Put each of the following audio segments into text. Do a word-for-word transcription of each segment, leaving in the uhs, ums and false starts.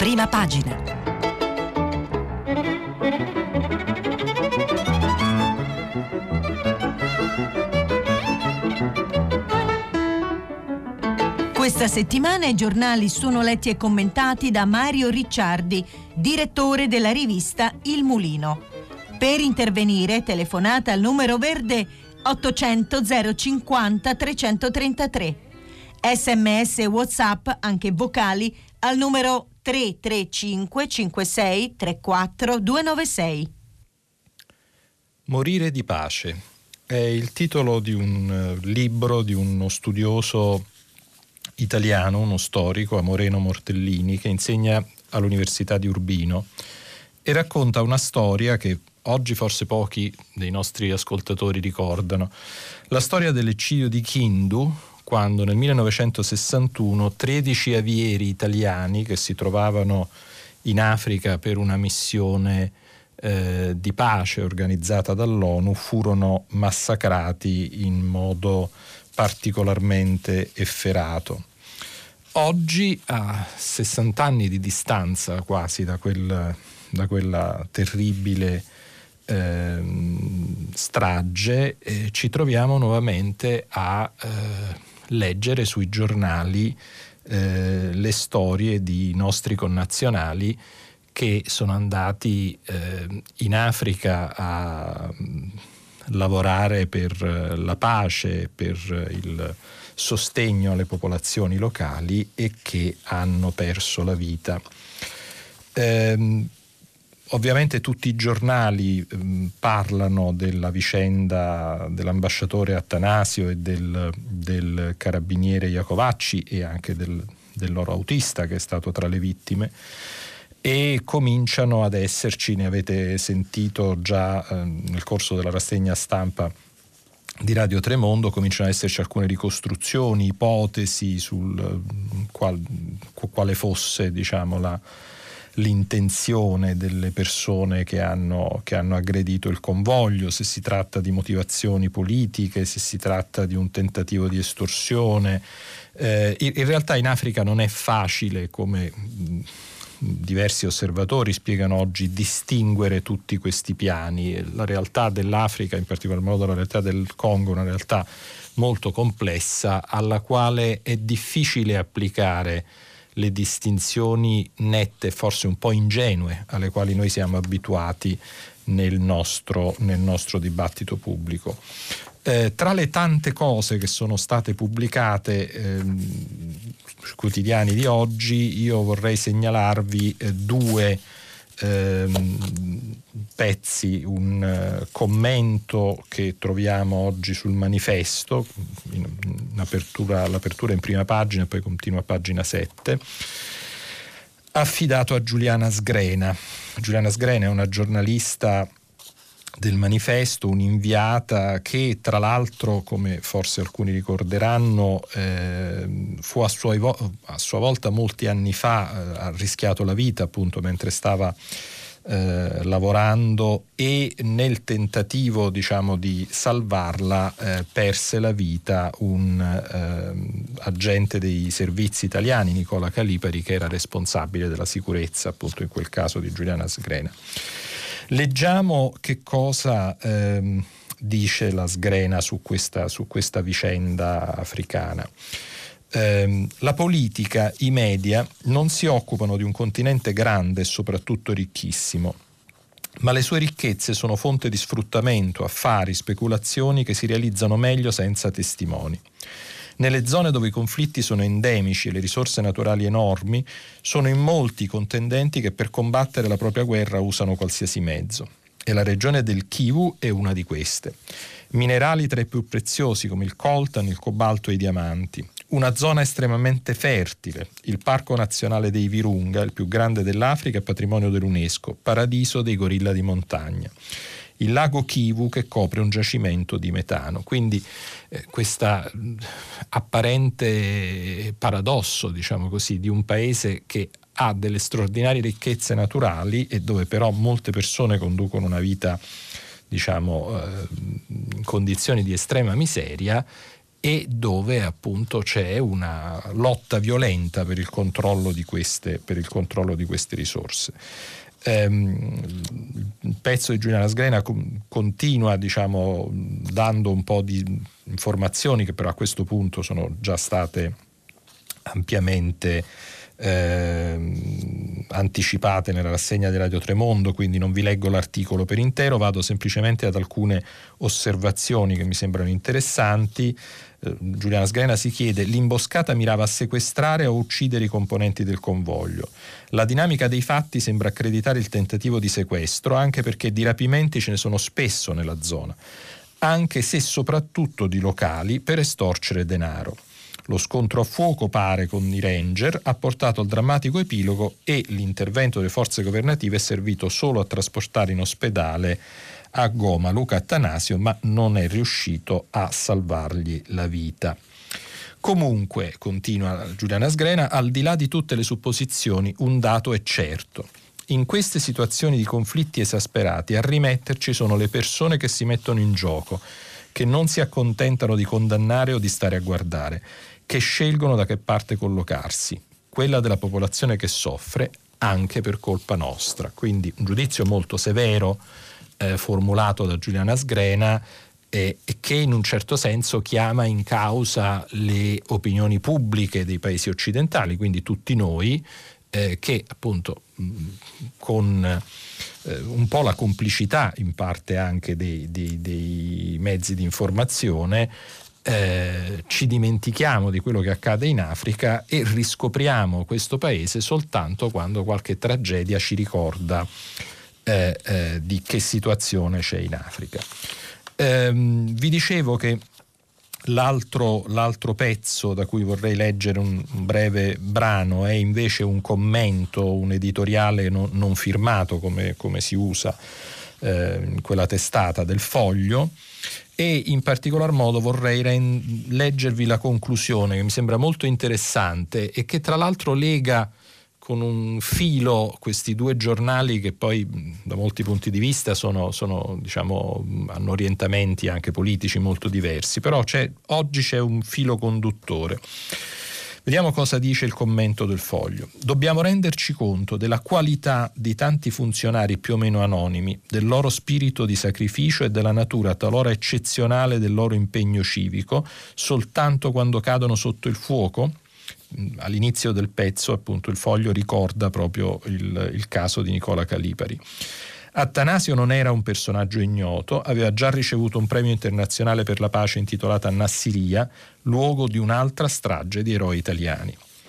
Prima pagina. Questa settimana i giornali sono letti e commentati da Mario Ricciardi, direttore della rivista Il Mulino. Per intervenire telefonate al numero verde ottocento zero cinquanta trecentotrentatré. Sms e WhatsApp, anche vocali, al numero tre tre cinque cinque sei tre quattro due nove sei. Morire di pace è il titolo di un libro di uno studioso italiano, uno storico, Amoreno Mortellini, che insegna all'Università di Urbino e racconta una storia che oggi forse pochi dei nostri ascoltatori ricordano. La storia dell'eccidio di Kindu, quando nel millenovecentosessantuno tredici avieri italiani che si trovavano in Africa per una missione eh, di pace organizzata dall'ONU furono massacrati in modo particolarmente efferato. Oggi, a sessanta anni di distanza quasi da, quel, da quella terribile eh, strage, eh, ci troviamo nuovamente a eh, leggere sui giornali eh, le storie di nostri connazionali che sono andati eh, in Africa a lavorare per la pace, per il sostegno alle popolazioni locali e che hanno perso la vita. Eh, ovviamente tutti i giornali eh, parlano della vicenda dell'ambasciatore Attanasio e del, del carabiniere Iacovacci e anche del, del loro autista che è stato tra le vittime. E cominciano ad esserci, ne avete sentito già eh, nel corso della rassegna stampa di Radio Tremondo, cominciano ad esserci alcune ricostruzioni, ipotesi sul qual, quale fosse, diciamo, la, l'intenzione delle persone che hanno, che hanno aggredito il convoglio, se si tratta di motivazioni politiche, se si tratta di un tentativo di estorsione. Eh, in, in realtà in Africa non è facile, come diversi osservatori spiegano oggi, distinguere tutti questi piani. La realtà dell'Africa, in particolar modo la realtà del Congo, è una realtà molto complessa alla quale è difficile applicare le distinzioni nette, forse un po' ingenue, alle quali noi siamo abituati nel nostro, nel nostro dibattito pubblico. Eh, tra le tante cose che sono state pubblicate ehm, sui quotidiani di oggi, io vorrei segnalarvi eh, due ehm, pezzi, un uh, commento che troviamo oggi sul Manifesto, in, in apertura, l'apertura in prima pagina e poi continua a pagina sette, affidato a Giuliana Sgrena. Giuliana Sgrena è una giornalista del Manifesto, un'inviata che tra l'altro, come forse alcuni ricorderanno, eh, fu a sua, a sua volta molti anni fa, eh, ha rischiato la vita appunto mentre stava eh, lavorando e nel tentativo, diciamo, di salvarla eh, perse la vita un eh, agente dei servizi italiani, Nicola Calipari, che era responsabile della sicurezza appunto in quel caso di Giuliana Sgrena. Leggiamo che cosa ehm, dice la Sgrena su questa, su questa vicenda africana. Eh, la politica, i media non si occupano di un continente grande e soprattutto ricchissimo, ma le sue ricchezze sono fonte di sfruttamento, affari, speculazioni che si realizzano meglio senza testimoni. Nelle zone dove i conflitti sono endemici e le risorse naturali enormi, sono in molti i contendenti che per combattere la propria guerra usano qualsiasi mezzo. E la regione del Kivu è una di queste. Minerali tra i più preziosi come il coltan, il cobalto e i diamanti. Una zona estremamente fertile, il Parco Nazionale dei Virunga, il più grande dell'Africa e patrimonio dell'UNESCO, paradiso dei gorilla di montagna. Il lago Kivu che copre un giacimento di metano. Quindi eh, questa apparente paradosso, diciamo così, di un paese che ha delle straordinarie ricchezze naturali e dove però molte persone conducono una vita, diciamo, eh, in condizioni di estrema miseria, e dove appunto c'è una lotta violenta per il controllo di queste, per il controllo di queste risorse. Ehm, il pezzo di Giuliana Sgrena continua, diciamo, dando un po' di informazioni che però a questo punto sono già state ampiamente eh, anticipate nella rassegna di Radio Tremondo, quindi non vi leggo l'articolo per intero, vado semplicemente ad alcune osservazioni che mi sembrano interessanti. eh, Giuliana Sgrena si chiede: l'imboscata mirava a sequestrare o uccidere i componenti del convoglio. La dinamica dei fatti sembra accreditare il tentativo di sequestro, anche perché di rapimenti ce ne sono spesso nella zona, anche se soprattutto di locali per estorcere denaro. Lo scontro a fuoco, pare, con i ranger ha portato al drammatico epilogo e l'intervento delle forze governative è servito solo a trasportare in ospedale a Goma Luca Attanasio, ma non è riuscito a salvargli la vita. Comunque, continua Giuliana Sgrena, al di là di tutte le supposizioni, un dato è certo. In queste situazioni di conflitti esasperati a rimetterci sono le persone che si mettono in gioco, che non si accontentano di condannare o di stare a guardare, che scelgono da che parte collocarsi, quella della popolazione che soffre anche per colpa nostra. Quindi un giudizio molto severo eh, formulato da Giuliana Sgrena e eh, che in un certo senso chiama in causa le opinioni pubbliche dei paesi occidentali, quindi tutti noi, eh, che appunto mh, con eh, un po' la complicità in parte anche dei, dei, dei mezzi di informazione Eh, ci dimentichiamo di quello che accade in Africa e riscopriamo questo paese soltanto quando qualche tragedia ci ricorda eh, eh, di che situazione c'è in Africa. Ehm, vi dicevo che l'altro, l'altro pezzo da cui vorrei leggere un, un breve brano è invece un commento, un editoriale no, non firmato come, come si usa eh, in quella testata del Foglio. E in particolar modo vorrei ren- leggervi la conclusione, che mi sembra molto interessante e che tra l'altro lega con un filo questi due giornali che poi da molti punti di vista sono, sono diciamo, hanno orientamenti anche politici molto diversi, però c'è, oggi c'è un filo conduttore. Vediamo cosa dice il commento del Foglio. Dobbiamo renderci conto della qualità di tanti funzionari più o meno anonimi, del loro spirito di sacrificio e della natura talora eccezionale del loro impegno civico, soltanto quando cadono sotto il fuoco. All'inizio del pezzo, appunto, il Foglio ricorda proprio il, il caso di Nicola Calipari. Attanasio non era un personaggio ignoto, aveva già ricevuto un premio internazionale per la pace intitolata Nassiria, luogo di un'altra strage di eroi italiani.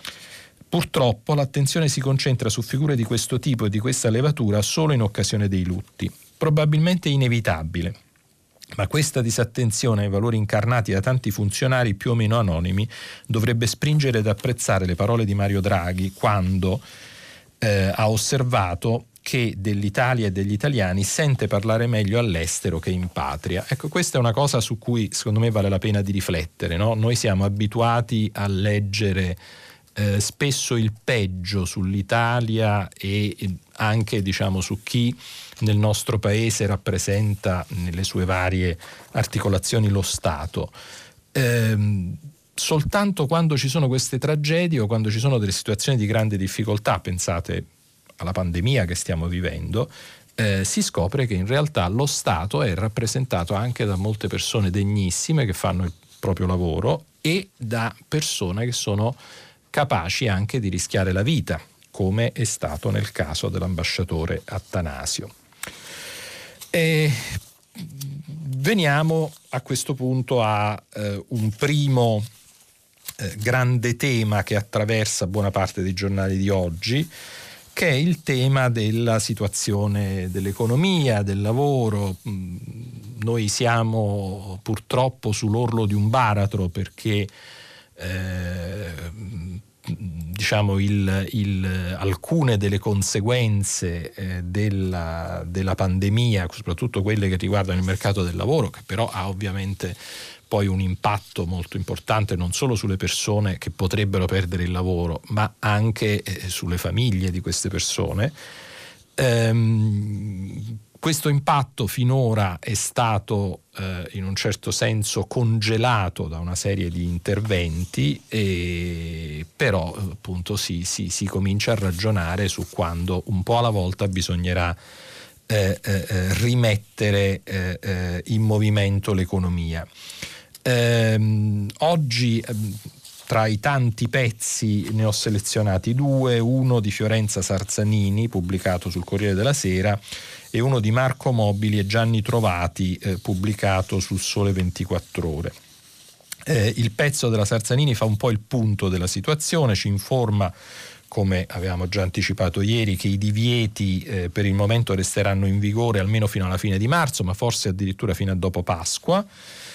Purtroppo l'attenzione si concentra su figure di questo tipo e di questa levatura solo in occasione dei lutti, probabilmente inevitabile, ma questa disattenzione ai valori incarnati da tanti funzionari più o meno anonimi dovrebbe spingere ad apprezzare le parole di Mario Draghi quando eh, ha osservato che dell'Italia e degli italiani sente parlare meglio all'estero che in patria. Ecco, questa è una cosa su cui secondo me vale la pena di riflettere, no? Noi siamo abituati a leggere eh, spesso il peggio sull'Italia e anche, diciamo, su chi nel nostro paese rappresenta nelle sue varie articolazioni lo Stato. Ehm, soltanto quando ci sono queste tragedie o quando ci sono delle situazioni di grande difficoltà, pensate alla pandemia che stiamo vivendo, eh, si scopre che in realtà lo Stato è rappresentato anche da molte persone degnissime che fanno il proprio lavoro e da persone che sono capaci anche di rischiare la vita, come è stato nel caso dell'ambasciatore Attanasio. E veniamo a questo punto a eh, un primo eh, grande tema che attraversa buona parte dei giornali di oggi, che è il tema della situazione dell'economia, del lavoro. Noi siamo purtroppo sull'orlo di un baratro perché eh, diciamo il, il, alcune delle conseguenze eh, della, della pandemia, soprattutto quelle che riguardano il mercato del lavoro, che però ha ovviamente poi un impatto molto importante non solo sulle persone che potrebbero perdere il lavoro, ma anche eh, sulle famiglie di queste persone. Ehm, Questo impatto finora è stato eh, in un certo senso congelato da una serie di interventi, e però appunto si, si, si comincia a ragionare su quando un po' alla volta bisognerà eh, eh, rimettere eh, eh, in movimento l'economia. Ehm, oggi tra i tanti pezzi ne ho selezionati due, uno di Fiorenza Sarzanini pubblicato sul Corriere della Sera e uno di Marco Mobili e Gianni Trovati eh, pubblicato sul Sole ventiquattro Ore. Eh, il pezzo della Sarzanini fa un po' il punto della situazione, ci informa, come avevamo già anticipato ieri, che i divieti eh, per il momento resteranno in vigore almeno fino alla fine di marzo, ma forse addirittura fino a dopo Pasqua.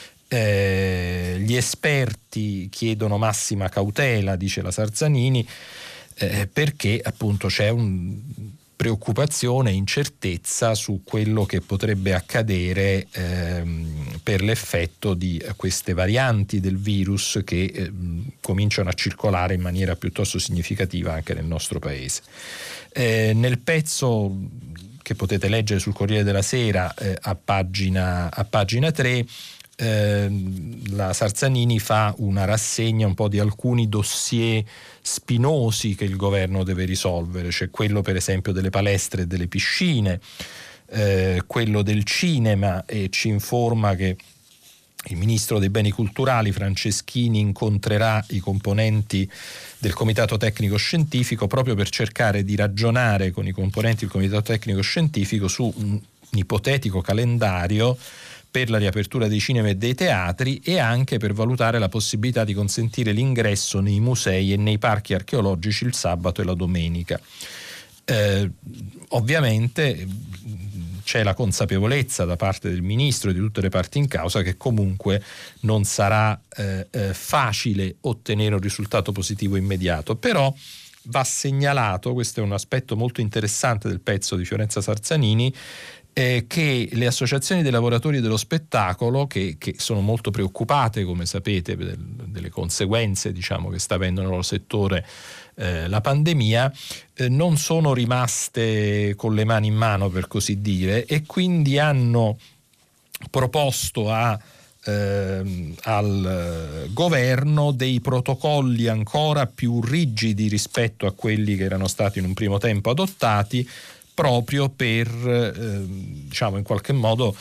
Eh, gli esperti chiedono massima cautela, dice la Sarzanini, eh, perché appunto c'è un preoccupazione e incertezza su quello che potrebbe accadere ehm, per l'effetto di queste varianti del virus che eh, cominciano a circolare in maniera piuttosto significativa anche nel nostro paese. Eh, nel pezzo che potete leggere sul Corriere della Sera eh, a pagina, a pagina tre, Eh, la Sarzanini fa una rassegna un po' di alcuni dossier spinosi che il governo deve risolvere. C'è quello per esempio delle palestre e delle piscine, eh, quello del cinema, e ci informa che il ministro dei beni culturali Franceschini incontrerà i componenti del comitato tecnico scientifico proprio per cercare di ragionare con i componenti del comitato tecnico scientifico su un ipotetico calendario per la riapertura dei cinema e dei teatri, e anche per valutare la possibilità di consentire l'ingresso nei musei e nei parchi archeologici il sabato e la domenica. Eh, ovviamente c'è la consapevolezza da parte del ministro e di tutte le parti in causa che comunque non sarà eh, eh, facile ottenere un risultato positivo immediato, però va segnalato, questo è un aspetto molto interessante del pezzo di Fiorenza Sarzanini, Eh, che le associazioni dei lavoratori dello spettacolo, che, che sono molto preoccupate, come sapete, del, delle conseguenze, diciamo, che sta avendo nel loro settore eh, la pandemia, eh, non sono rimaste con le mani in mano, per così dire, e quindi hanno proposto a eh, al governo dei protocolli ancora più rigidi rispetto a quelli che erano stati in un primo tempo adottati, proprio per eh, diciamo in qualche modo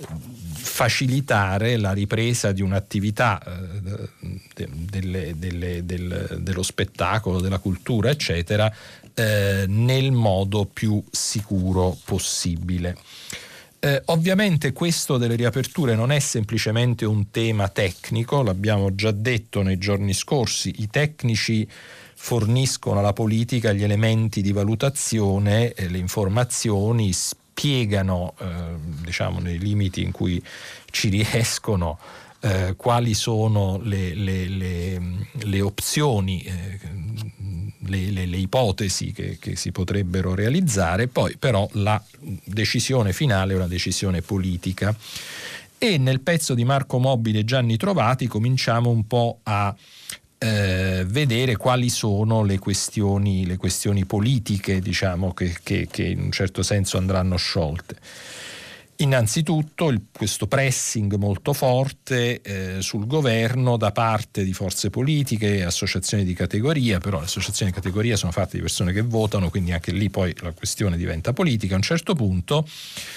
facilitare la ripresa di un'attività eh, de, delle, delle, del, dello spettacolo, della cultura, eccetera, eh, nel modo più sicuro possibile. Eh, ovviamente questo delle riaperture non è semplicemente un tema tecnico, l'abbiamo già detto nei giorni scorsi, i tecnici forniscono alla politica gli elementi di valutazione, eh, le informazioni, spiegano, eh, diciamo nei limiti in cui ci riescono, eh, quali sono le, le, le, le opzioni, eh, le, le, le ipotesi che, che si potrebbero realizzare, poi però la decisione finale è una decisione politica. E nel pezzo di Marco Mobili e Gianni Trovati cominciamo un po' a Eh, vedere quali sono le questioni, le questioni politiche, diciamo, che, che, che in un certo senso andranno sciolte. Innanzitutto il, questo pressing molto forte eh, sul governo da parte di forze politiche e associazioni di categoria, però le associazioni di categoria sono fatte di persone che votano, quindi anche lì poi la questione diventa politica. A un certo punto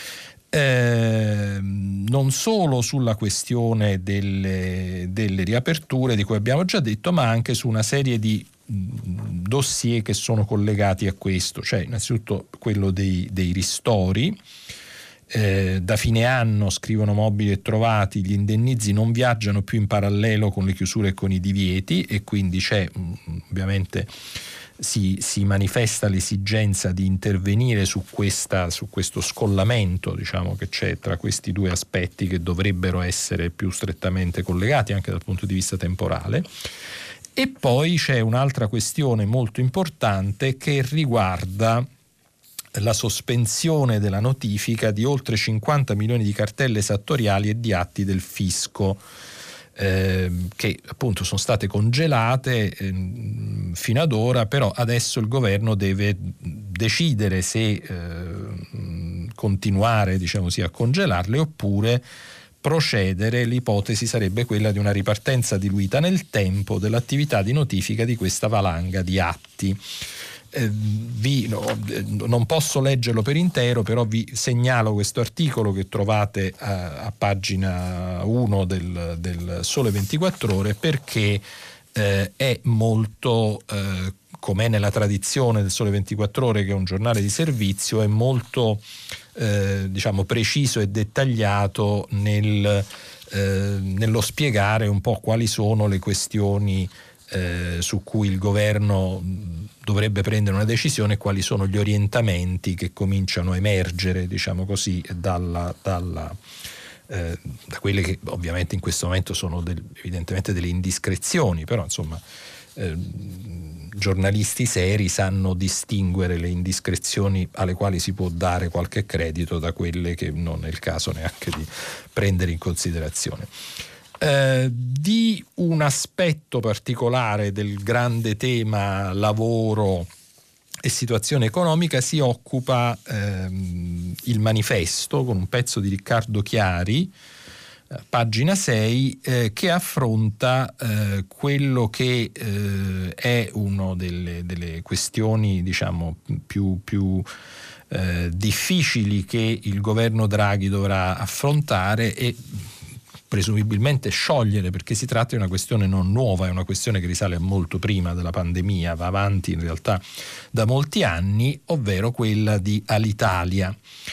Eh, non solo sulla questione delle, delle riaperture di cui abbiamo già detto, ma anche su una serie di dossier che sono collegati a questo, cioè innanzitutto quello dei, dei ristori. Eh, da fine anno, scrivono Mobili e Trovati, gli indennizi non viaggiano più in parallelo con le chiusure e con i divieti, e quindi c'è ovviamente Si, si manifesta l'esigenza di intervenire su, questa, su questo scollamento, diciamo, che c'è tra questi due aspetti che dovrebbero essere più strettamente collegati anche dal punto di vista temporale. E poi c'è un'altra questione molto importante che riguarda la sospensione della notifica di oltre cinquanta milioni di cartelle esattoriali e di atti del fisco, Eh, che appunto sono state congelate eh, fino ad ora, però adesso il governo deve decidere se eh, continuare, diciamo, sì, a congelarle, oppure procedere. L'ipotesi sarebbe quella di una ripartenza diluita nel tempo dell'attività di notifica di questa valanga di atti. Eh, vi, no, non posso leggerlo per intero, però vi segnalo questo articolo che trovate a, a pagina uno del, del Sole ventiquattro Ore, perché eh, è molto, eh, com'è nella tradizione del Sole ventiquattro Ore, che è un giornale di servizio, è molto eh, diciamo preciso e dettagliato nel, eh, nello spiegare un po' quali sono le questioni Eh, su cui il governo dovrebbe prendere una decisione e quali sono gli orientamenti che cominciano a emergere, diciamo così, dalla, dalla, eh, da quelle che ovviamente in questo momento sono del, evidentemente delle indiscrezioni, però insomma eh, giornalisti seri sanno distinguere le indiscrezioni alle quali si può dare qualche credito da quelle che non è il caso neanche di prendere in considerazione. Eh, di un aspetto particolare del grande tema lavoro e situazione economica si occupa ehm, il Manifesto, con un pezzo di Riccardo Chiari, eh, pagina sei, eh, che affronta eh, quello che eh, è una delle, delle questioni, diciamo, più, più eh, difficili che il governo Draghi dovrà affrontare e presumibilmente sciogliere, perché si tratta di una questione non nuova, è una questione che risale a molto prima della pandemia, va avanti in realtà da molti anni, ovvero quella di Alitalia.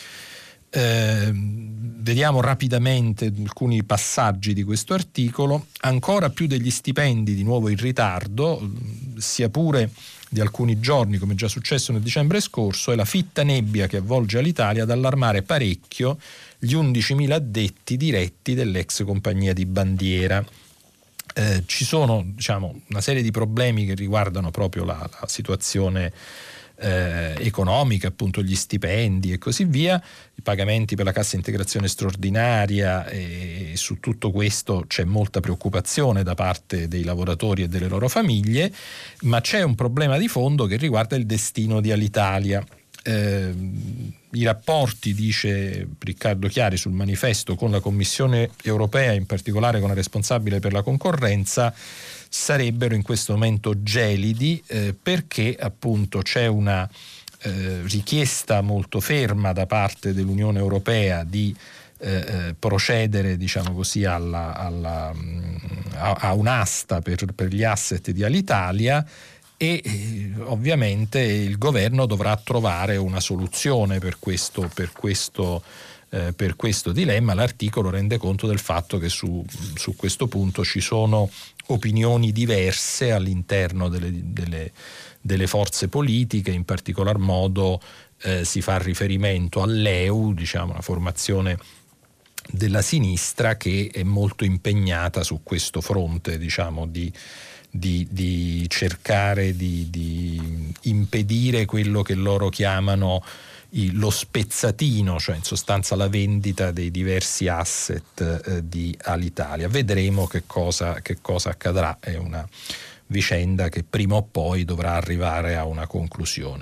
Eh, vediamo rapidamente alcuni passaggi di questo articolo. Ancora più degli stipendi, di nuovo in ritardo, sia pure di alcuni giorni, come già successo nel dicembre scorso, è la fitta nebbia che avvolge Alitalia ad allarmare parecchio gli undicimila addetti diretti dell'ex compagnia di bandiera. Eh, ci sono, diciamo, una serie di problemi che riguardano proprio la, la situazione eh, economica, appunto gli stipendi e così via, i pagamenti per la cassa integrazione straordinaria, e su tutto questo c'è molta preoccupazione da parte dei lavoratori e delle loro famiglie, ma c'è un problema di fondo che riguarda il destino di Alitalia. Eh, i rapporti, dice Riccardo Chiari sul Manifesto, con la Commissione europea, in particolare con la responsabile per la concorrenza, sarebbero in questo momento gelidi, eh, perché appunto c'è una eh, richiesta molto ferma da parte dell'Unione Europea di eh, procedere, diciamo così, alla, alla, a, a un'asta per, per gli asset di Alitalia, e eh, ovviamente il governo dovrà trovare una soluzione per questo, per questo, eh, per questo dilemma. L'articolo rende conto del fatto che su, su questo punto ci sono opinioni diverse all'interno delle, delle, delle forze politiche, in particolar modo eh, si fa riferimento all'E U, diciamo una formazione della sinistra che è molto impegnata su questo fronte, diciamo, di Di, di cercare di, di impedire quello che loro chiamano il, lo spezzatino, cioè in sostanza la vendita dei diversi asset eh, di Alitalia. Vedremo che cosa, che cosa accadrà, è una vicenda che prima o poi dovrà arrivare a una conclusione.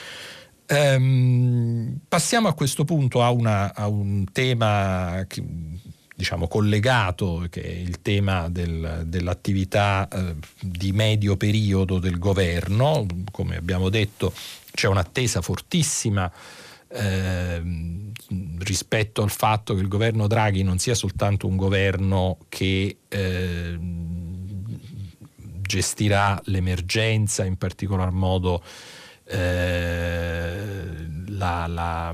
Ehm, passiamo a questo punto a, una, a un tema che, diciamo, collegato, che è il tema del, dell'attività eh, di medio periodo del governo. Come abbiamo detto, c'è un'attesa fortissima eh, rispetto al fatto che il governo Draghi non sia soltanto un governo che eh, gestirà l'emergenza, in particolar modo eh, la, la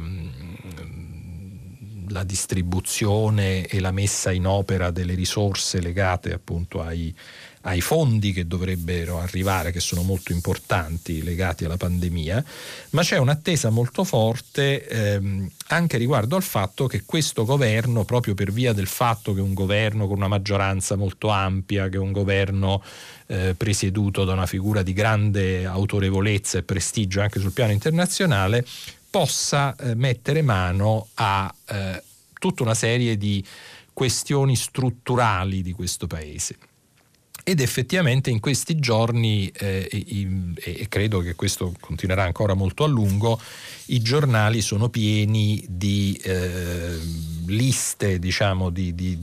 la distribuzione e la messa in opera delle risorse legate appunto ai, ai fondi che dovrebbero arrivare, che sono molto importanti, legati alla pandemia, ma c'è un'attesa molto forte ehm, anche riguardo al fatto che questo governo, proprio per via del fatto che è un governo con una maggioranza molto ampia, che è un governo eh, presieduto da una figura di grande autorevolezza e prestigio anche sul piano internazionale, possa eh, mettere mano a eh, tutta una serie di questioni strutturali di questo paese. Ed effettivamente in questi giorni, eh, e, e credo che questo continuerà ancora molto a lungo, i giornali sono pieni di eh, liste, diciamo, di, di,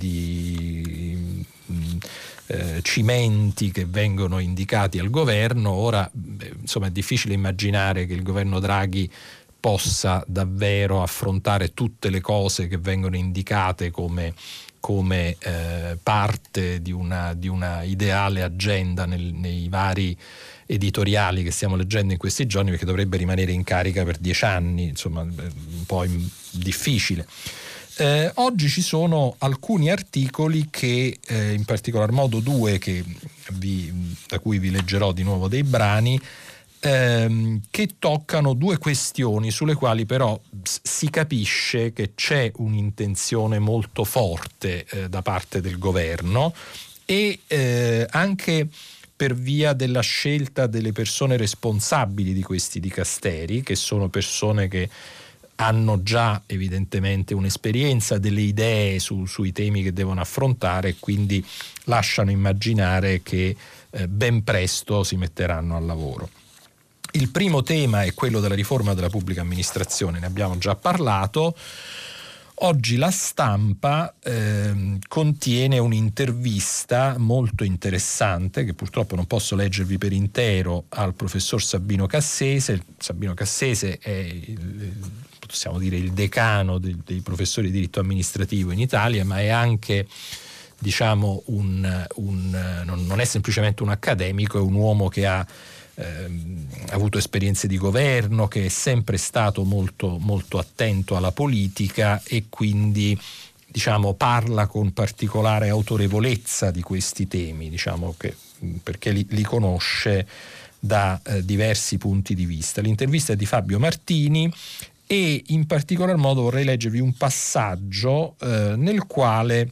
di eh, cimenti che vengono indicati al governo. Ora, insomma, è difficile immaginare che il governo Draghi possa davvero affrontare tutte le cose che vengono indicate come come eh, parte di una, di una ideale agenda nel, nei vari editoriali che stiamo leggendo in questi giorni, perché dovrebbe rimanere in carica per dieci anni, insomma un po' in, difficile. Eh, oggi ci sono alcuni articoli che, eh, in particolar modo due che vi, da cui vi leggerò di nuovo dei brani, Ehm, che toccano due questioni sulle quali però si capisce che c'è un'intenzione molto forte eh, da parte del governo e eh, anche per via della scelta delle persone responsabili di questi dicasteri, che sono persone che hanno già evidentemente un'esperienza, delle idee su, sui temi che devono affrontare, e quindi lasciano immaginare che eh, ben presto si metteranno al lavoro. Il primo tema è quello della riforma della pubblica amministrazione, ne abbiamo già parlato. Oggi La Stampa eh, contiene un'intervista molto interessante, che purtroppo non posso leggervi per intero, al professor Sabino Cassese. Sabino Cassese è, il, possiamo dire, il decano dei, dei professori di diritto amministrativo in Italia, ma è anche, diciamo, un, un, non è semplicemente un accademico, è un uomo che ha Eh, ha avuto esperienze di governo, che è sempre stato molto, molto attento alla politica e quindi, diciamo, parla con particolare autorevolezza di questi temi, diciamo, che, perché li, li conosce da eh, diversi punti di vista. L'intervista è di Fabio Martini e in particolar modo vorrei leggervi un passaggio eh, nel quale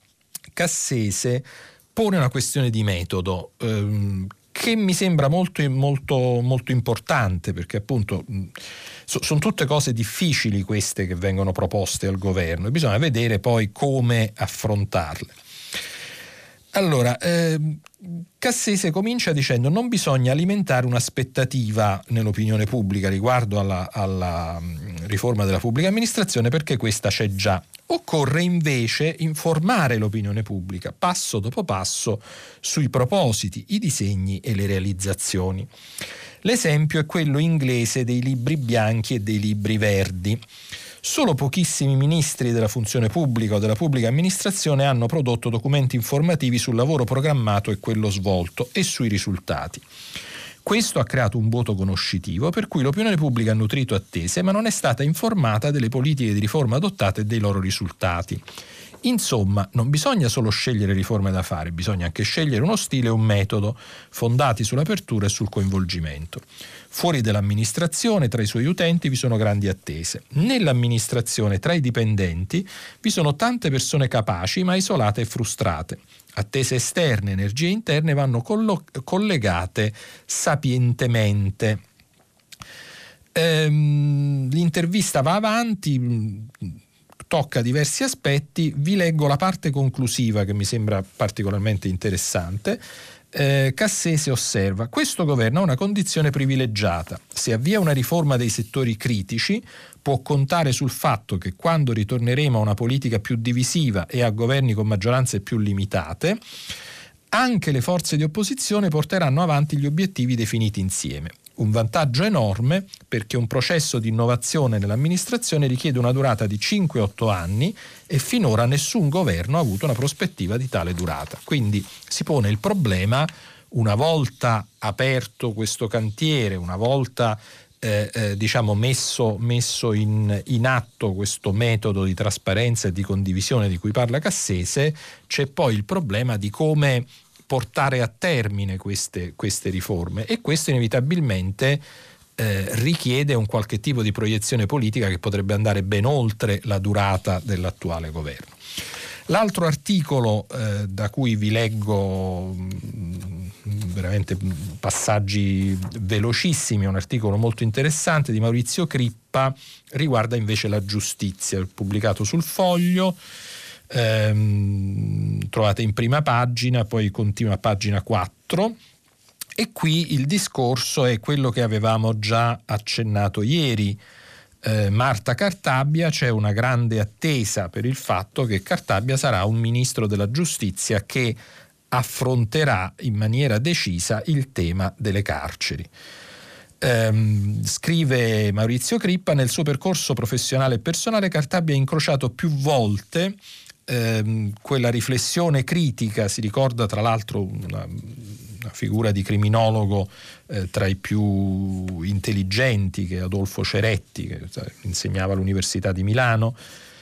Cassese pone una questione di metodo ehm, che mi sembra molto, molto, molto importante, perché appunto so, sono tutte cose difficili queste che vengono proposte al governo e bisogna vedere poi come affrontarle. Allora, eh, Cassese comincia dicendo: non bisogna alimentare un'aspettativa nell'opinione pubblica riguardo alla, alla riforma della pubblica amministrazione, perché questa c'è già. Occorre invece informare l'opinione pubblica passo dopo passo sui propositi, i disegni e le realizzazioni. L'esempio è quello inglese dei libri bianchi e dei libri verdi. Solo pochissimi ministri della funzione pubblica o della pubblica amministrazione hanno prodotto documenti informativi sul lavoro programmato e quello svolto e sui risultati. Questo ha creato un vuoto conoscitivo per cui l'opinione pubblica ha nutrito attese, ma non è stata informata delle politiche di riforma adottate e dei loro risultati. Insomma, non bisogna solo scegliere riforme da fare, bisogna anche scegliere uno stile e un metodo fondati sull'apertura e sul coinvolgimento. Fuori dall'amministrazione, tra i suoi utenti, vi sono grandi attese. Nell'amministrazione, tra i dipendenti, vi sono tante persone capaci ma isolate e frustrate. Attese esterne, energie interne vanno collo- collegate sapientemente. Ehm, l'intervista va avanti, tocca diversi aspetti, vi leggo la parte conclusiva che mi sembra particolarmente interessante. Eh, Cassese osserva: questo governo ha una condizione privilegiata. Se avvia una riforma dei settori critici, può contare sul fatto che quando ritorneremo a una politica più divisiva e a governi con maggioranze più limitate, anche le forze di opposizione porteranno avanti gli obiettivi definiti insieme. Un vantaggio enorme, perché un processo di innovazione nell'amministrazione richiede una durata di cinque otto anni e finora nessun governo ha avuto una prospettiva di tale durata. Quindi si pone il problema, una volta aperto questo cantiere, una volta eh, eh, diciamo messo, messo in, in atto questo metodo di trasparenza e di condivisione di cui parla Cassese, c'è poi il problema di come portare a termine queste, queste riforme, e questo inevitabilmente eh, richiede un qualche tipo di proiezione politica che potrebbe andare ben oltre la durata dell'attuale governo. L'altro articolo eh, da cui vi leggo mh, veramente passaggi velocissimi, è un articolo molto interessante di Maurizio Crippa, riguarda invece la giustizia, pubblicato sul Foglio. ehm, trovate in prima pagina, poi continua a pagina quattro, e qui il discorso è quello che avevamo già accennato ieri. Eh, Marta Cartabia, c'è una grande attesa per il fatto che Cartabia sarà un ministro della giustizia che affronterà in maniera decisa il tema delle carceri. Ehm, scrive Maurizio Crippa: nel suo percorso professionale e personale Cartabia ha incrociato più volte ehm, quella riflessione critica, si ricorda tra l'altro una, una figura di criminologo eh, tra i più intelligenti, che è Adolfo Ceretti, che insegnava all'Università di Milano,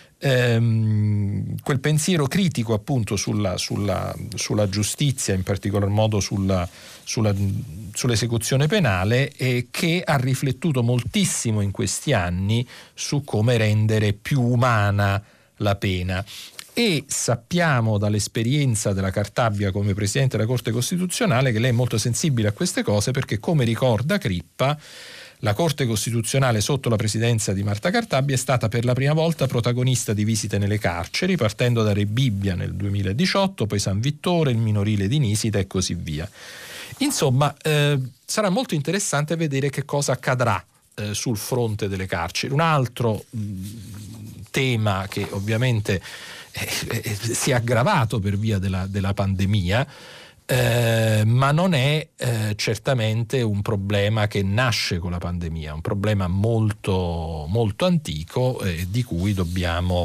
ehm, quel pensiero critico appunto sulla, sulla, sulla giustizia, in particolar modo sulla, sulla, sull'esecuzione penale, e che ha riflettuto moltissimo in questi anni su come rendere più umana la pena. E sappiamo dall'esperienza della Cartabia come Presidente della Corte Costituzionale che lei è molto sensibile a queste cose, perché, come ricorda Crippa, la Corte Costituzionale sotto la presidenza di Marta Cartabia è stata per la prima volta protagonista di visite nelle carceri, partendo da Rebibbia nel duemiladiciotto, poi San Vittore, il minorile di Nisida e così via. Insomma, eh, sarà molto interessante vedere che cosa accadrà eh, sul fronte delle carceri. Un altro mh, tema che ovviamente eh, eh, si è aggravato per via della, della pandemia, Eh, ma non è eh, certamente un problema che nasce con la pandemia, è un problema molto, molto antico, eh, di cui dobbiamo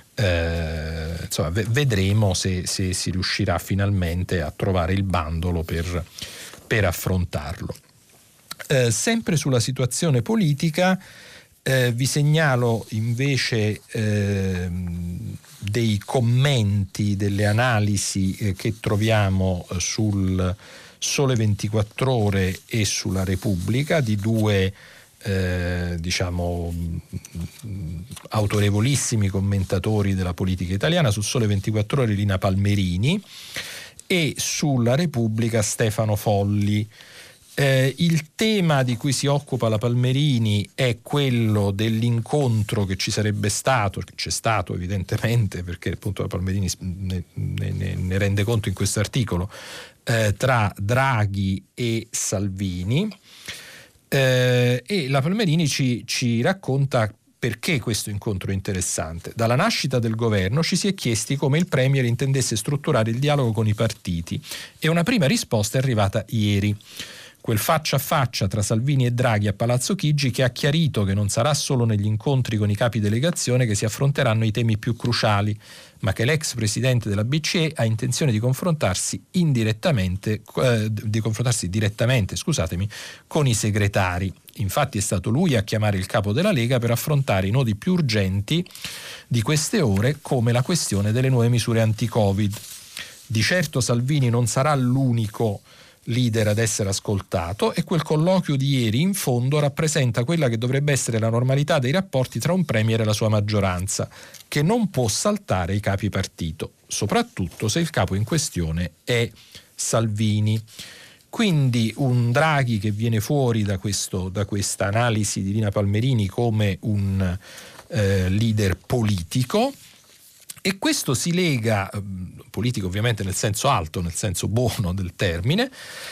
eh, insomma, v- vedremo se, se si riuscirà finalmente a trovare il bandolo per, per affrontarlo. Eh, sempre sulla situazione politica, Eh, vi segnalo invece eh, dei commenti, delle analisi eh, che troviamo eh, sul Sole ventiquattro Ore e sulla Repubblica di due eh, diciamo autorevolissimi commentatori della politica italiana. Sul Sole ventiquattro Ore Lina Palmerini e sulla Repubblica Stefano Folli. Eh, il tema di cui si occupa la Palmerini è quello dell'incontro che ci sarebbe stato, che c'è stato evidentemente, perché appunto la Palmerini ne, ne, ne rende conto in questo articolo, eh, tra Draghi e Salvini, eh, e la Palmerini ci, ci racconta perché questo incontro è interessante. Dalla nascita del governo ci si è chiesti come il Premier intendesse strutturare il dialogo con i partiti, e una prima risposta è arrivata ieri. Quel faccia a faccia tra Salvini e Draghi a Palazzo Chigi, che ha chiarito che non sarà solo negli incontri con i capi delegazione che si affronteranno i temi più cruciali, ma che l'ex presidente della B C E ha intenzione di confrontarsi indirettamente, eh, di confrontarsi direttamente, scusatemi, con i segretari. Infatti è stato lui a chiamare il capo della Lega per affrontare i nodi più urgenti di queste ore, come la questione delle nuove misure anti-Covid. Di certo Salvini non sarà l'unico leader ad essere ascoltato, e quel colloquio di ieri in fondo rappresenta quella che dovrebbe essere la normalità dei rapporti tra un premier e la sua maggioranza, che non può saltare i capi partito, soprattutto se il capo in questione è Salvini. Quindi un Draghi che viene fuori da, questo, da questa analisi di Lina Palmerini come un eh, leader politico. E questo si lega, politico ovviamente nel senso alto, nel senso buono del termine,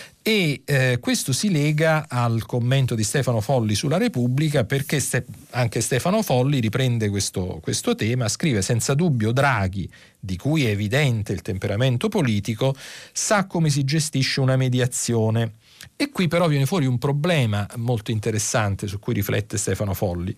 e eh, questo si lega al commento di Stefano Folli sulla Repubblica, perché ste- anche Stefano Folli riprende questo, questo tema, scrive: senza dubbio Draghi, di cui è evidente il temperamento politico, sa come si gestisce una mediazione. E qui però viene fuori un problema molto interessante su cui riflette Stefano Folli.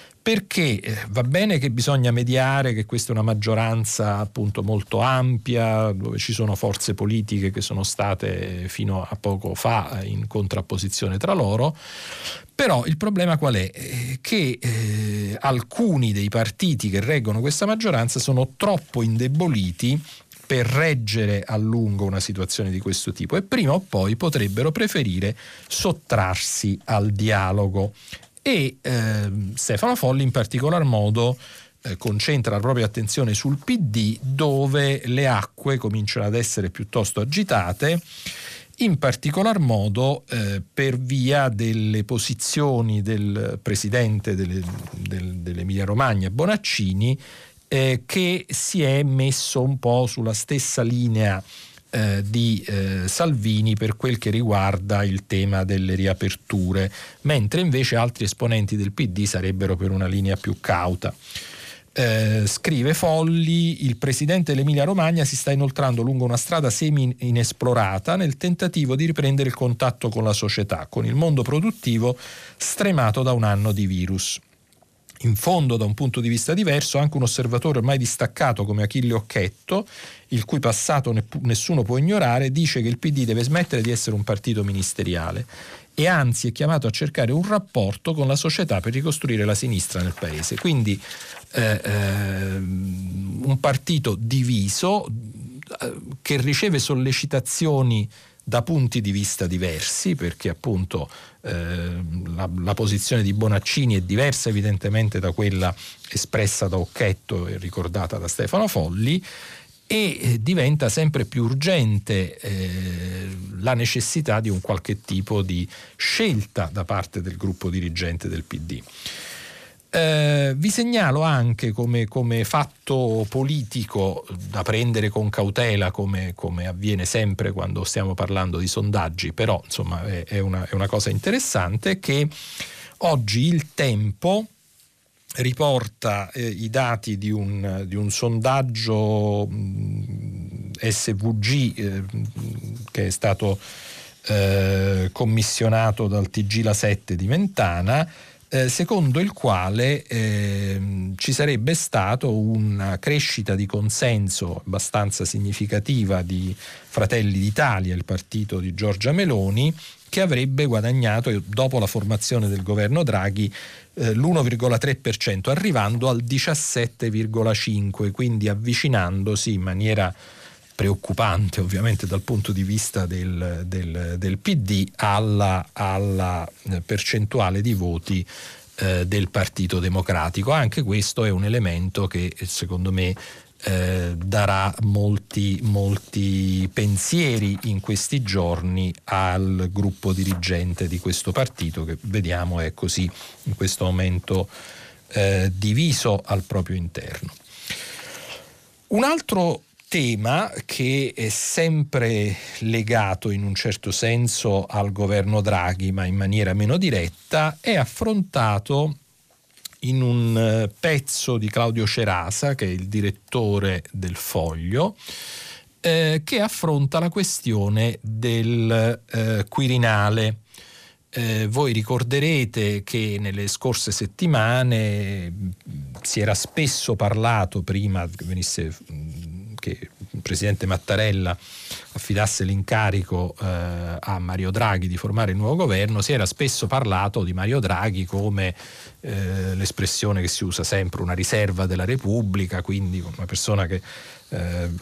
Perché va bene che bisogna mediare, che questa è una maggioranza appunto molto ampia, dove ci sono forze politiche che sono state fino a poco fa in contrapposizione tra loro, però il problema qual è? Che eh, alcuni dei partiti che reggono questa maggioranza sono troppo indeboliti per reggere a lungo una situazione di questo tipo, e prima o poi potrebbero preferire sottrarsi al dialogo. E eh, Stefano Folli in particolar modo eh, concentra la propria attenzione sul P D, dove le acque cominciano ad essere piuttosto agitate, in particolar modo eh, per via delle posizioni del presidente delle, del, dell'Emilia Romagna Bonaccini eh, che si è messo un po' sulla stessa linea eh, di eh, Salvini per quel che riguarda il tema delle riaperture, mentre invece altri esponenti del P D sarebbero per una linea più cauta. Eh, scrive Folli: il presidente dell'Emilia Romagna si sta inoltrando lungo una strada semi inesplorata nel tentativo di riprendere il contatto con la società, con il mondo produttivo stremato da un anno di virus. In fondo, da un punto di vista diverso, anche un osservatore ormai distaccato come Achille Occhetto, il cui passato nessuno può ignorare, dice che il P D deve smettere di essere un partito ministeriale e anzi è chiamato a cercare un rapporto con la società per ricostruire la sinistra nel paese. Quindi eh, eh, un partito diviso eh, che riceve sollecitazioni da punti di vista diversi, perché appunto eh, la, la posizione di Bonaccini è diversa evidentemente da quella espressa da Occhetto e ricordata da Stefano Folli, e eh, diventa sempre più urgente eh, la necessità di un qualche tipo di scelta da parte del gruppo dirigente del P D. Eh, vi segnalo anche come, come fatto politico da prendere con cautela, come, come avviene sempre quando stiamo parlando di sondaggi, però insomma è, è, una, è una cosa interessante, che oggi Il Tempo riporta eh, i dati di un, di un sondaggio mh, S V G eh, che è stato eh, commissionato dal T G La sette di Mentana, Eh, secondo il quale eh, ci sarebbe stato una crescita di consenso abbastanza significativa di Fratelli d'Italia, il partito di Giorgia Meloni, che avrebbe guadagnato dopo la formazione del governo Draghi eh, l'uno virgola tre per cento, arrivando al diciassette virgola cinque per cento, quindi avvicinandosi in maniera preoccupante ovviamente dal punto di vista del, del, del P D alla, alla percentuale di voti eh, del Partito Democratico. Anche questo è un elemento che secondo me eh, darà molti, molti pensieri in questi giorni al gruppo dirigente di questo partito, che vediamo è così in questo momento eh, diviso al proprio interno. Un altro tema che è sempre legato in un certo senso al governo Draghi, ma in maniera meno diretta, è affrontato in un pezzo di Claudio Cerasa, che è il direttore del Foglio, eh, che affronta la questione del eh, Quirinale. Eh, voi ricorderete che nelle scorse settimane si era spesso parlato, prima che venisse che il presidente Mattarella affidasse l'incarico eh, a Mario Draghi di formare il nuovo governo, si era spesso parlato di Mario Draghi come eh, l'espressione che si usa sempre, una riserva della Repubblica, quindi una persona che eh,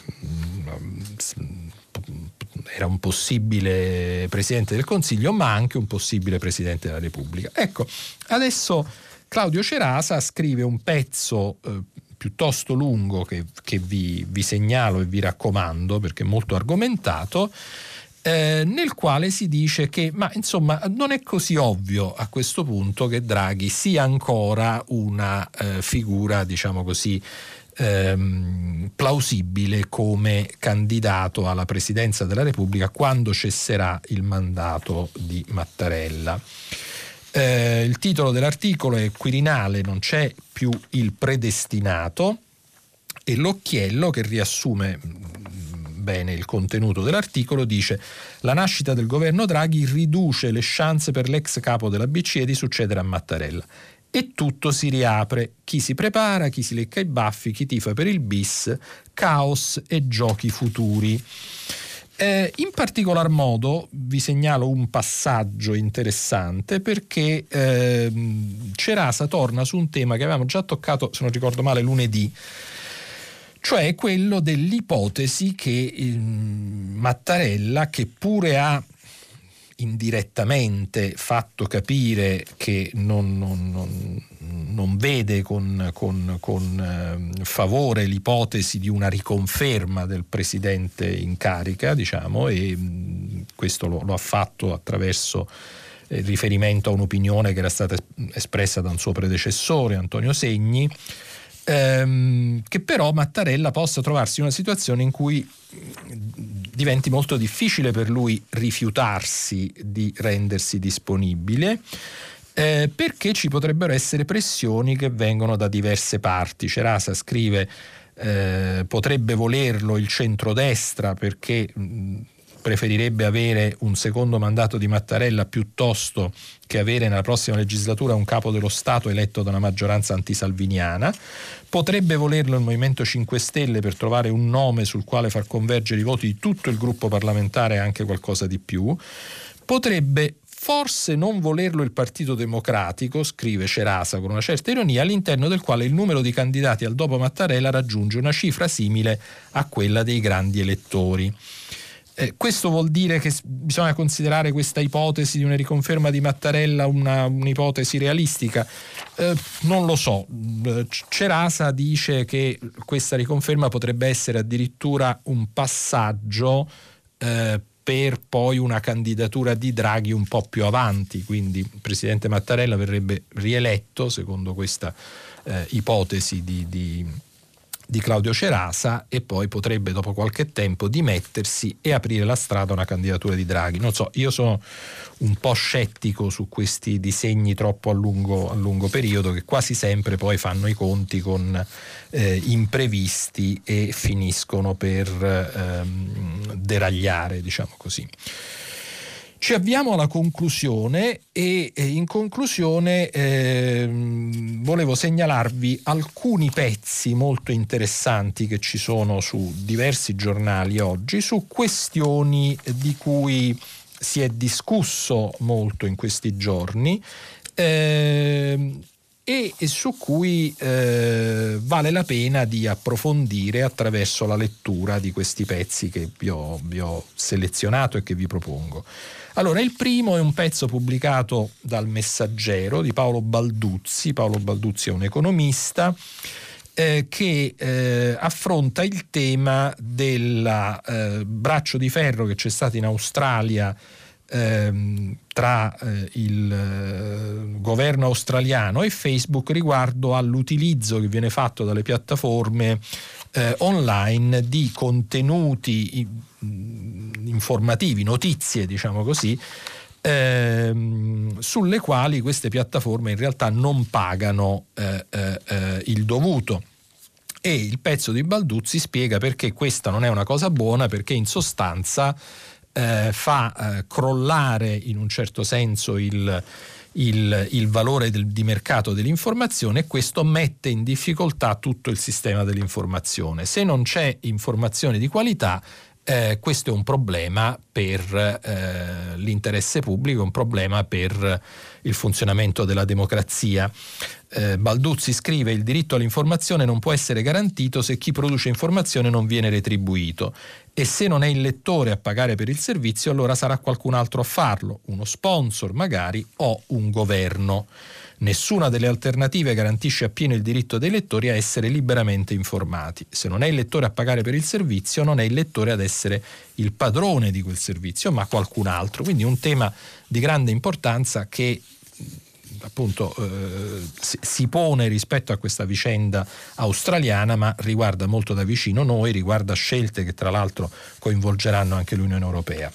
era un possibile presidente del Consiglio, ma anche un possibile presidente della Repubblica. Ecco, adesso Claudio Cerasa scrive un pezzo eh, piuttosto lungo che, che vi, vi segnalo e vi raccomando perché è molto argomentato, eh, nel quale si dice che ma insomma non è così ovvio a questo punto che Draghi sia ancora una eh, figura, diciamo così, ehm, plausibile come candidato alla presidenza della Repubblica quando cesserà il mandato di Mattarella. Eh, il titolo dell'articolo è Quirinale, non c'è più il predestinato, e l'occhiello, che riassume bene il contenuto dell'articolo, dice: la nascita del governo Draghi riduce le chance per l'ex capo della B C E di succedere a Mattarella e tutto si riapre, chi si prepara, chi si lecca i baffi, chi tifa per il bis, caos e giochi futuri. Eh, in particolar modo vi segnalo un passaggio interessante perché eh, Cerasa torna su un tema che avevamo già toccato, se non ricordo male, lunedì, cioè quello dell'ipotesi che eh, Mattarella, che pure ha indirettamente fatto capire che non, non, non, non vede con, con, con eh, favore l'ipotesi di una riconferma del presidente in carica, diciamo, e mh, questo lo, lo ha fatto attraverso il riferimento a un'opinione che era stata espressa da un suo predecessore, Antonio Segni. ehm, che però Mattarella possa trovarsi in una situazione in cui diventi molto difficile per lui rifiutarsi di rendersi disponibile, eh, perché ci potrebbero essere pressioni che vengono da diverse parti. Cerasa scrive eh, potrebbe volerlo il centrodestra perché mh, preferirebbe avere un secondo mandato di Mattarella piuttosto che avere nella prossima legislatura un capo dello Stato eletto da una maggioranza antisalviniana. Potrebbe volerlo il Movimento cinque Stelle per trovare un nome sul quale far convergere i voti di tutto il gruppo parlamentare e anche qualcosa di più. Potrebbe forse non volerlo il Partito Democratico, scrive Cerasa con una certa ironia, all'interno del quale il numero di candidati al dopo Mattarella raggiunge una cifra simile a quella dei grandi elettori. Eh, questo vuol dire che bisogna considerare questa ipotesi di una riconferma di Mattarella una, un'ipotesi realistica? Eh, non lo so. Cerasa dice che questa riconferma potrebbe essere addirittura un passaggio eh, per poi una candidatura di Draghi un po' più avanti, quindi il presidente Mattarella verrebbe rieletto secondo questa eh, ipotesi di, di di Claudio Cerasa e poi potrebbe dopo qualche tempo dimettersi e aprire la strada a una candidatura di Draghi. Non so, io sono un po' scettico su questi disegni troppo a lungo, a lungo periodo che quasi sempre poi fanno i conti con eh, imprevisti e finiscono per ehm, deragliare, diciamo così. Ci avviamo alla conclusione e in conclusione eh, volevo segnalarvi alcuni pezzi molto interessanti che ci sono su diversi giornali oggi su questioni di cui si è discusso molto in questi giorni eh, e, e su cui eh, vale la pena di approfondire attraverso la lettura di questi pezzi che vi ho, vi ho selezionato e che vi propongo. Allora, il primo è un pezzo pubblicato dal Messaggero di Paolo Balduzzi. Paolo Balduzzi è un economista eh, che eh, affronta il tema del eh, braccio di ferro che c'è stato in Australia eh, tra eh, il eh, governo australiano e Facebook riguardo all'utilizzo che viene fatto dalle piattaforme eh, online di contenuti informativi, notizie, diciamo così, ehm, sulle quali queste piattaforme in realtà non pagano eh, eh, il dovuto. E il pezzo di Balduzzi spiega perché questa non è una cosa buona, perché in sostanza eh, fa eh, crollare in un certo senso il Il, il valore del, di mercato dell'informazione, e questo mette in difficoltà tutto il sistema dell'informazione. Se non c'è informazione di qualità, eh, questo è un problema per eh, l'interesse pubblico, un problema per il funzionamento della democrazia. Eh, Balduzzi scrive: il diritto all'informazione non può essere garantito se chi produce informazione non viene retribuito, e se non è il lettore a pagare per il servizio, allora sarà qualcun altro a farlo, uno sponsor magari o un governo. Nessuna delle alternative garantisce appieno il diritto dei lettori a essere liberamente informati. Se non è il lettore a pagare per il servizio, non è il lettore ad essere il padrone di quel servizio, ma qualcun altro. Quindi un tema di grande importanza che appunto eh, si pone rispetto a questa vicenda australiana, ma riguarda molto da vicino noi, riguarda scelte che tra l'altro coinvolgeranno anche l'Unione Europea.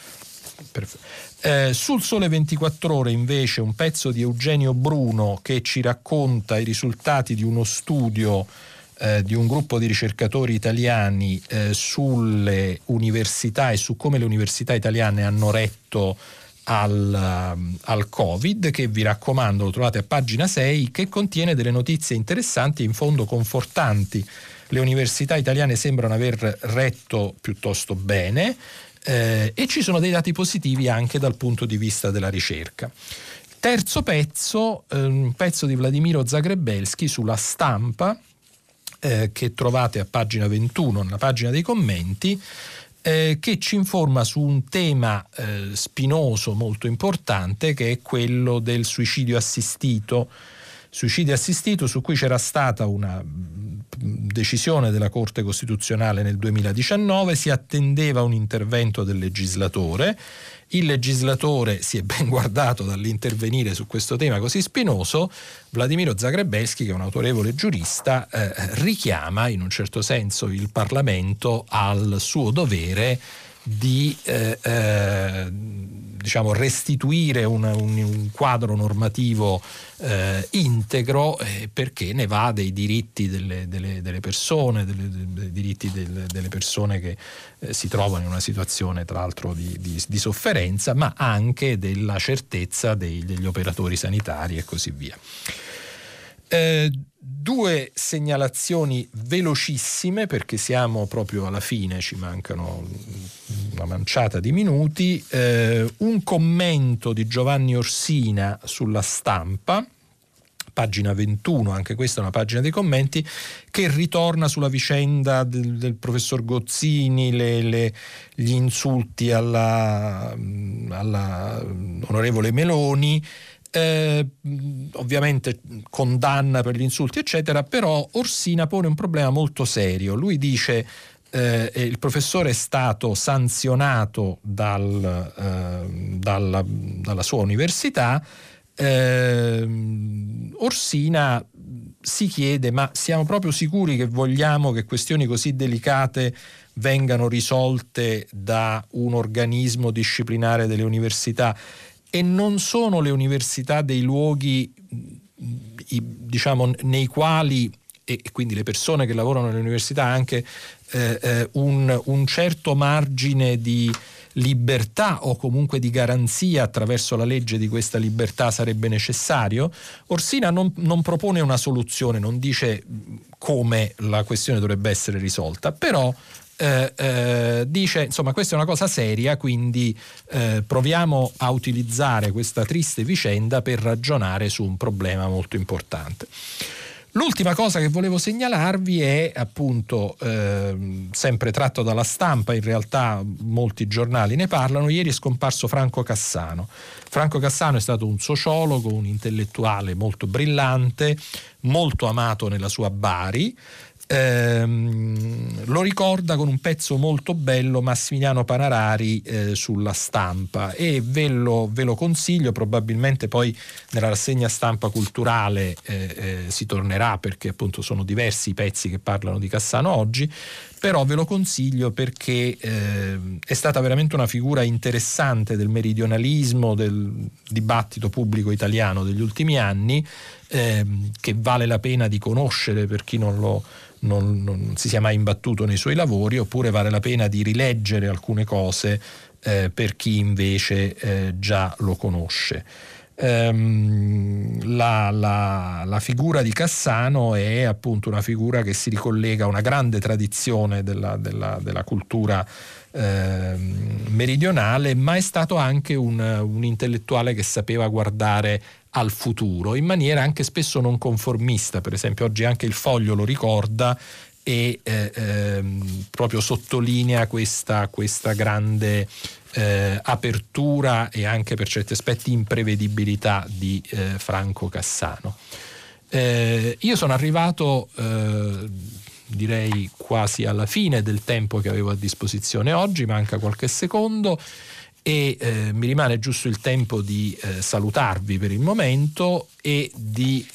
Eh, sul Sole ventiquattro Ore invece un pezzo di Eugenio Bruno che ci racconta i risultati di uno studio eh, di un gruppo di ricercatori italiani eh, sulle università e su come le università italiane hanno retto Al, al Covid, che vi raccomando, lo trovate a pagina sei, che contiene delle notizie interessanti e in fondo confortanti. Le università italiane sembrano aver retto piuttosto bene eh, e ci sono dei dati positivi anche dal punto di vista della ricerca. Terzo pezzo, eh, un pezzo di Vladimiro Zagrebelski sulla Stampa eh, che trovate a pagina ventuno, nella pagina dei commenti, Eh, che ci informa su un tema eh, spinoso molto importante, che è quello del suicidio assistito. Suicidio assistito su cui c'era stata una decisione della Corte Costituzionale nel duemiladiciannove, si attendeva un intervento del legislatore. il legislatore si è ben guardato dall'intervenire su questo tema così spinoso. Vladimiro Zagrebelsky, che è un autorevole giurista, eh, richiama in un certo senso il Parlamento al suo dovere di eh, eh, diciamo restituire un, un, un quadro normativo eh, integro, eh, perché ne va dei diritti delle, delle, delle persone, delle, dei diritti delle, delle persone che eh, si trovano in una situazione tra l'altro di, di, di sofferenza, ma anche della certezza dei, degli operatori sanitari e così via. Eh, due segnalazioni velocissime, perché siamo proprio alla fine, ci mancano una manciata di minuti. Eh, un commento di Giovanni Orsina sulla Stampa, pagina ventuno, anche questa è una pagina dei commenti, che ritorna sulla vicenda del, del professor Gozzini, le, le, gli insulti alla, alla onorevole Meloni. Eh, ovviamente condanna per gli insulti eccetera, però Orsina pone un problema molto serio. Lui dice eh, il professore è stato sanzionato dal, eh, dalla, dalla sua università. eh, Orsina si chiede: ma siamo proprio sicuri che vogliamo che questioni così delicate vengano risolte da un organismo disciplinare delle università? E non sono le università dei luoghi, diciamo, nei quali, e quindi le persone che lavorano nelle università, anche eh, eh, un, un certo margine di libertà o comunque di garanzia attraverso la legge di questa libertà sarebbe necessario? Orsina non, non propone una soluzione, non dice come la questione dovrebbe essere risolta, però Eh, eh, dice insomma questa è una cosa seria, quindi eh, proviamo a utilizzare questa triste vicenda per ragionare su un problema molto importante. L'ultima cosa che volevo segnalarvi è appunto eh, sempre tratto dalla Stampa, in realtà molti giornali ne parlano. Ieri è scomparso Franco Cassano. Franco Cassano è stato un sociologo, un intellettuale molto brillante, molto amato nella sua Bari. Ehm, lo ricorda con un pezzo molto bello Massimiliano Panarari eh, sulla Stampa, e ve lo, ve lo consiglio. Probabilmente poi nella rassegna stampa culturale eh, eh, si tornerà, perché appunto sono diversi i pezzi che parlano di Cassano oggi, però ve lo consiglio perché eh, è stata veramente una figura interessante del meridionalismo, del dibattito pubblico italiano degli ultimi anni, eh, che vale la pena di conoscere per chi non lo Non, non si sia mai imbattuto nei suoi lavori, oppure vale la pena di rileggere alcune cose eh, per chi invece eh, già lo conosce. Ehm, la, la, la figura di Cassano è appunto una figura che si ricollega a una grande tradizione della, della, della cultura eh, meridionale, ma è stato anche un, un intellettuale che sapeva guardare al futuro in maniera anche spesso non conformista. Per esempio oggi anche il Foglio lo ricorda e eh, ehm, proprio sottolinea questa, questa grande eh, apertura e anche per certi aspetti imprevedibilità di eh, Franco Cassano. Eh, io sono arrivato eh, direi quasi alla fine del tempo che avevo a disposizione oggi, manca qualche secondo e eh, mi rimane giusto il tempo di eh, salutarvi per il momento e di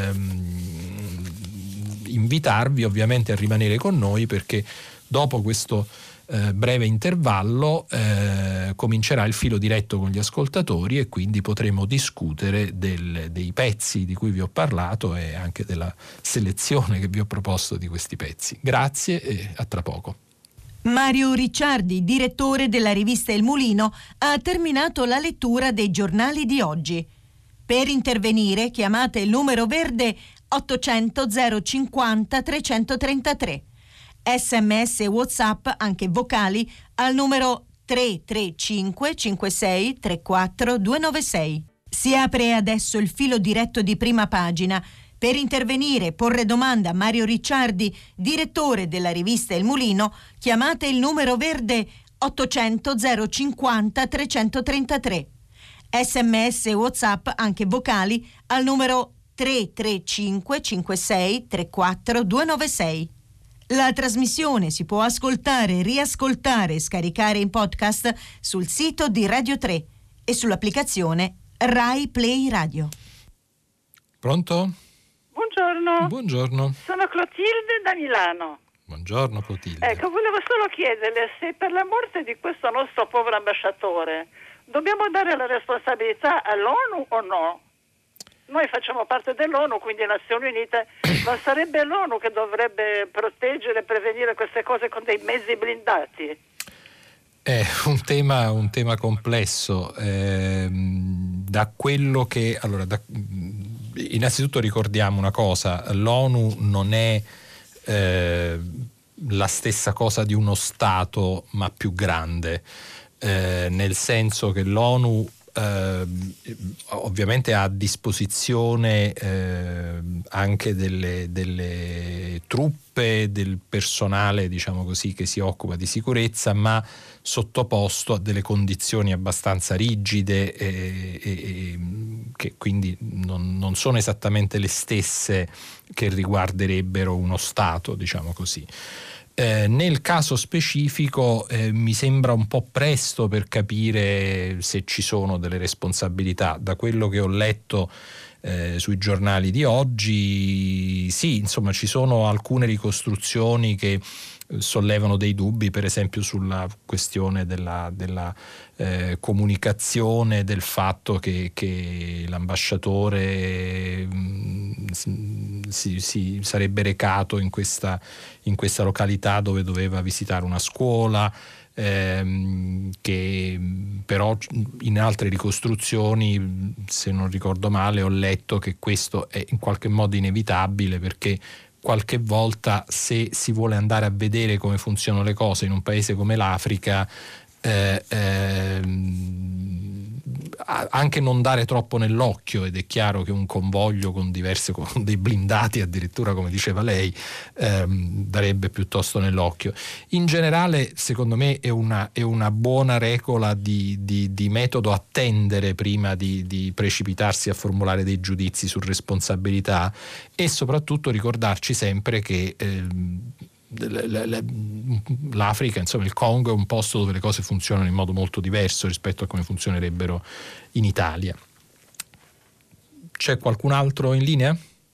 ehm, invitarvi ovviamente a rimanere con noi, perché dopo questo eh, breve intervallo eh, comincerà il filo diretto con gli ascoltatori e quindi potremo discutere del, dei pezzi di cui vi ho parlato e anche della selezione che vi ho proposto di questi pezzi. Grazie e a tra poco. Mario Ricciardi, direttore della rivista Il Mulino, ha terminato la lettura dei giornali di oggi. Per intervenire chiamate il numero verde ottocento zero cinquanta trecentotrentatré. Sms e WhatsApp, anche vocali, al numero tre tre cinque cinque sei tre quattro due nove sei. Si apre adesso il filo diretto di Prima Pagina. Per intervenire e porre domanda a Mario Ricciardi, direttore della rivista Il Mulino, chiamate il numero verde ottocento zero cinquanta trecentotrentatré. Sms e WhatsApp, anche vocali, al numero tre tre cinque cinque sei tre quattro due nove sei. La trasmissione si può ascoltare, riascoltare e scaricare in podcast sul sito di Radio tre e sull'applicazione Rai Play Radio. Pronto? Buongiorno. Buongiorno. Sono Clotilde da Milano. Buongiorno Clotilde. Ecco, volevo solo chiederle se per la morte di questo nostro povero ambasciatore dobbiamo dare la responsabilità all'ONU o no? Noi facciamo parte dell'ONU, quindi Nazioni Unite, ma sarebbe l'ONU che dovrebbe proteggere e prevenire queste cose con dei mezzi blindati? È un tema, un tema complesso. Eh, da quello che... Allora, da, innanzitutto ricordiamo una cosa, l'ONU non è eh, la stessa cosa di uno Stato, ma più grande, eh, nel senso che l'ONU eh, ovviamente ha a disposizione eh, anche delle, delle truppe, del personale, diciamo così, che si occupa di sicurezza, ma sottoposto a delle condizioni abbastanza rigide e, e, e che quindi non, non sono esattamente le stesse che riguarderebbero uno Stato, diciamo così. Eh, nel caso specifico eh, mi sembra un po' presto per capire se ci sono delle responsabilità. Da quello che ho letto eh, sui giornali di oggi, sì, insomma, ci sono alcune ricostruzioni che sollevano dei dubbi, per esempio sulla questione della, della eh, comunicazione, del fatto che, che l'ambasciatore mh, si, si sarebbe recato in questa, in questa località dove doveva visitare una scuola, ehm, che però in altre ricostruzioni, se non ricordo male, ho letto che questo è in qualche modo inevitabile, perché qualche volta, se si vuole andare a vedere come funzionano le cose in un paese come l'Africa, eh, ehm, anche non dare troppo nell'occhio, ed è chiaro che un convoglio con diverse, con dei blindati addirittura, come diceva lei, ehm, darebbe piuttosto nell'occhio. In generale, secondo me, è una, è una buona regola di, di, di metodo attendere prima di, di precipitarsi a formulare dei giudizi su responsabilità, e soprattutto ricordarci sempre che ehm, l'Africa, insomma il Congo, è un posto dove le cose funzionano in modo molto diverso rispetto a come funzionerebbero in Italia. C'è qualcun altro in linea?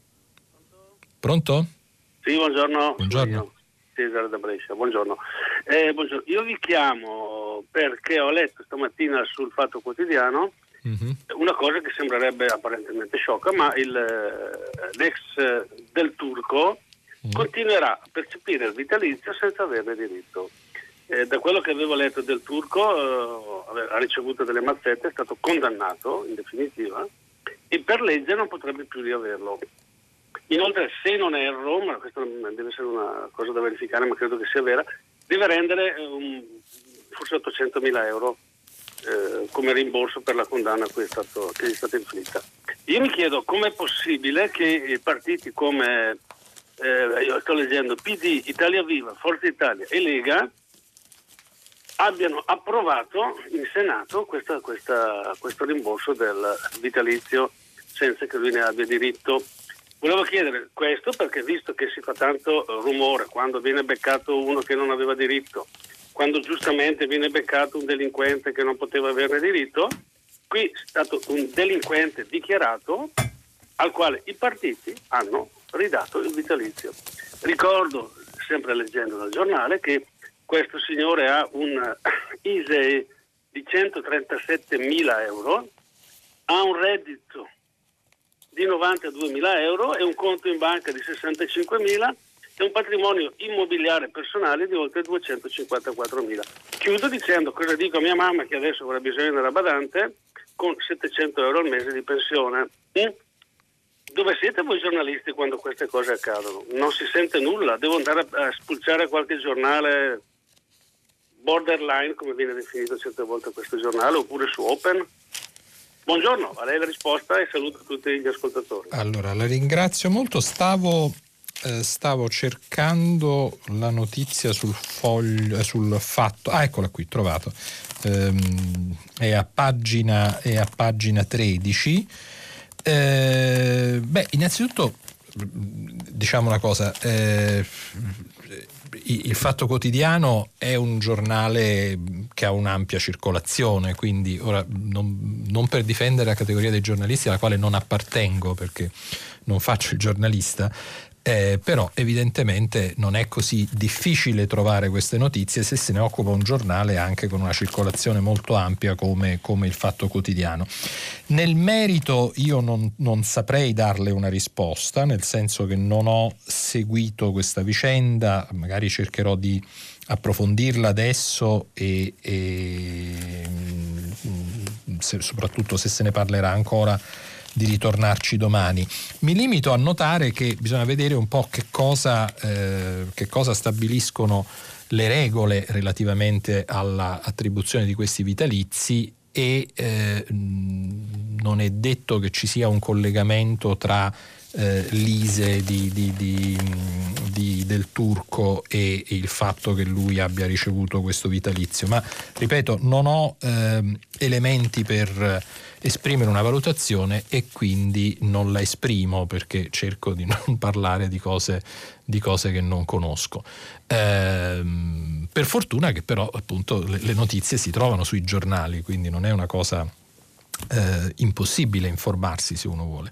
Pronto? Sì, buongiorno. Buongiorno. Cesare da Brescia, buongiorno. Eh, buongiorno. Io vi chiamo perché ho letto stamattina sul Fatto Quotidiano mm-hmm. una cosa che sembrerebbe apparentemente sciocca, ma il, l'ex Del Turco continuerà a percepire il vitalizio senza averne diritto. Eh, da quello che avevo letto Del Turco, eh, ha ricevuto delle mazzette, è stato condannato in definitiva e per legge non potrebbe più riaverlo. Inoltre, se non erro, ma questo deve essere una cosa da verificare, ma credo che sia vera, deve rendere um, forse ottocentomila euro eh, come rimborso per la condanna a cui è stato, che gli è stata inflitta. Io mi chiedo com'è possibile che partiti come Eh, io sto leggendo P D, Italia Viva, Forza Italia e Lega abbiano approvato in Senato questa, questa, questo rimborso del vitalizio senza che lui ne abbia diritto. Volevo chiedere questo perché, visto che si fa tanto rumore quando viene beccato uno che non aveva diritto, quando giustamente viene beccato un delinquente che non poteva averne diritto, qui è stato un delinquente dichiarato al quale i partiti hanno ridato il vitalizio. Ricordo, sempre leggendo dal giornale, che questo signore ha un I S E E di centotrentasettemila euro, ha un reddito di novantaduemila euro e un conto in banca di sessantacinquemila e un patrimonio immobiliare personale di oltre duecentocinquantaquattromila. Chiudo dicendo cosa dico a mia mamma, che adesso avrà bisogno della badante, con settecento euro al mese di pensione. Mm? Dove siete voi giornalisti quando queste cose accadono? Non si sente nulla, devo andare a, a spulciare qualche giornale borderline, come viene definito certe volte questo giornale, oppure su Open. Buongiorno, a lei la risposta e saluto tutti gli ascoltatori. Allora, la ringrazio molto. Stavo, eh, stavo cercando la notizia sul foglio, eh, sul fatto. Ah, eccola qui, trovato. Ehm, è a pagina, è a pagina tredici. Eh, beh, innanzitutto diciamo una cosa, eh, il Fatto Quotidiano è un giornale che ha un'ampia circolazione, quindi ora non, non per difendere la categoria dei giornalisti alla quale non appartengo, perché non faccio il giornalista, eh, però evidentemente non è così difficile trovare queste notizie se se ne occupa un giornale anche con una circolazione molto ampia come, come il Fatto Quotidiano. Nel merito io non, non saprei darle una risposta, nel senso che non ho seguito questa vicenda, magari cercherò di approfondirla adesso e, e se, soprattutto se se ne parlerà ancora, di ritornarci domani. Mi limito a notare che bisogna vedere un po' che cosa, eh, che cosa stabiliscono le regole relativamente all'attribuzione di questi vitalizi e eh, non è detto che ci sia un collegamento tra eh, l'I S E E di, di, di, di, del Turco e, e il fatto che lui abbia ricevuto questo vitalizio, ma ripeto, non ho eh, elementi per esprimere una valutazione e quindi non la esprimo, perché cerco di non parlare di cose, di cose che non conosco. Ehm, per fortuna che però appunto le, le notizie si trovano sui giornali, quindi non è una cosa eh, impossibile informarsi se uno vuole.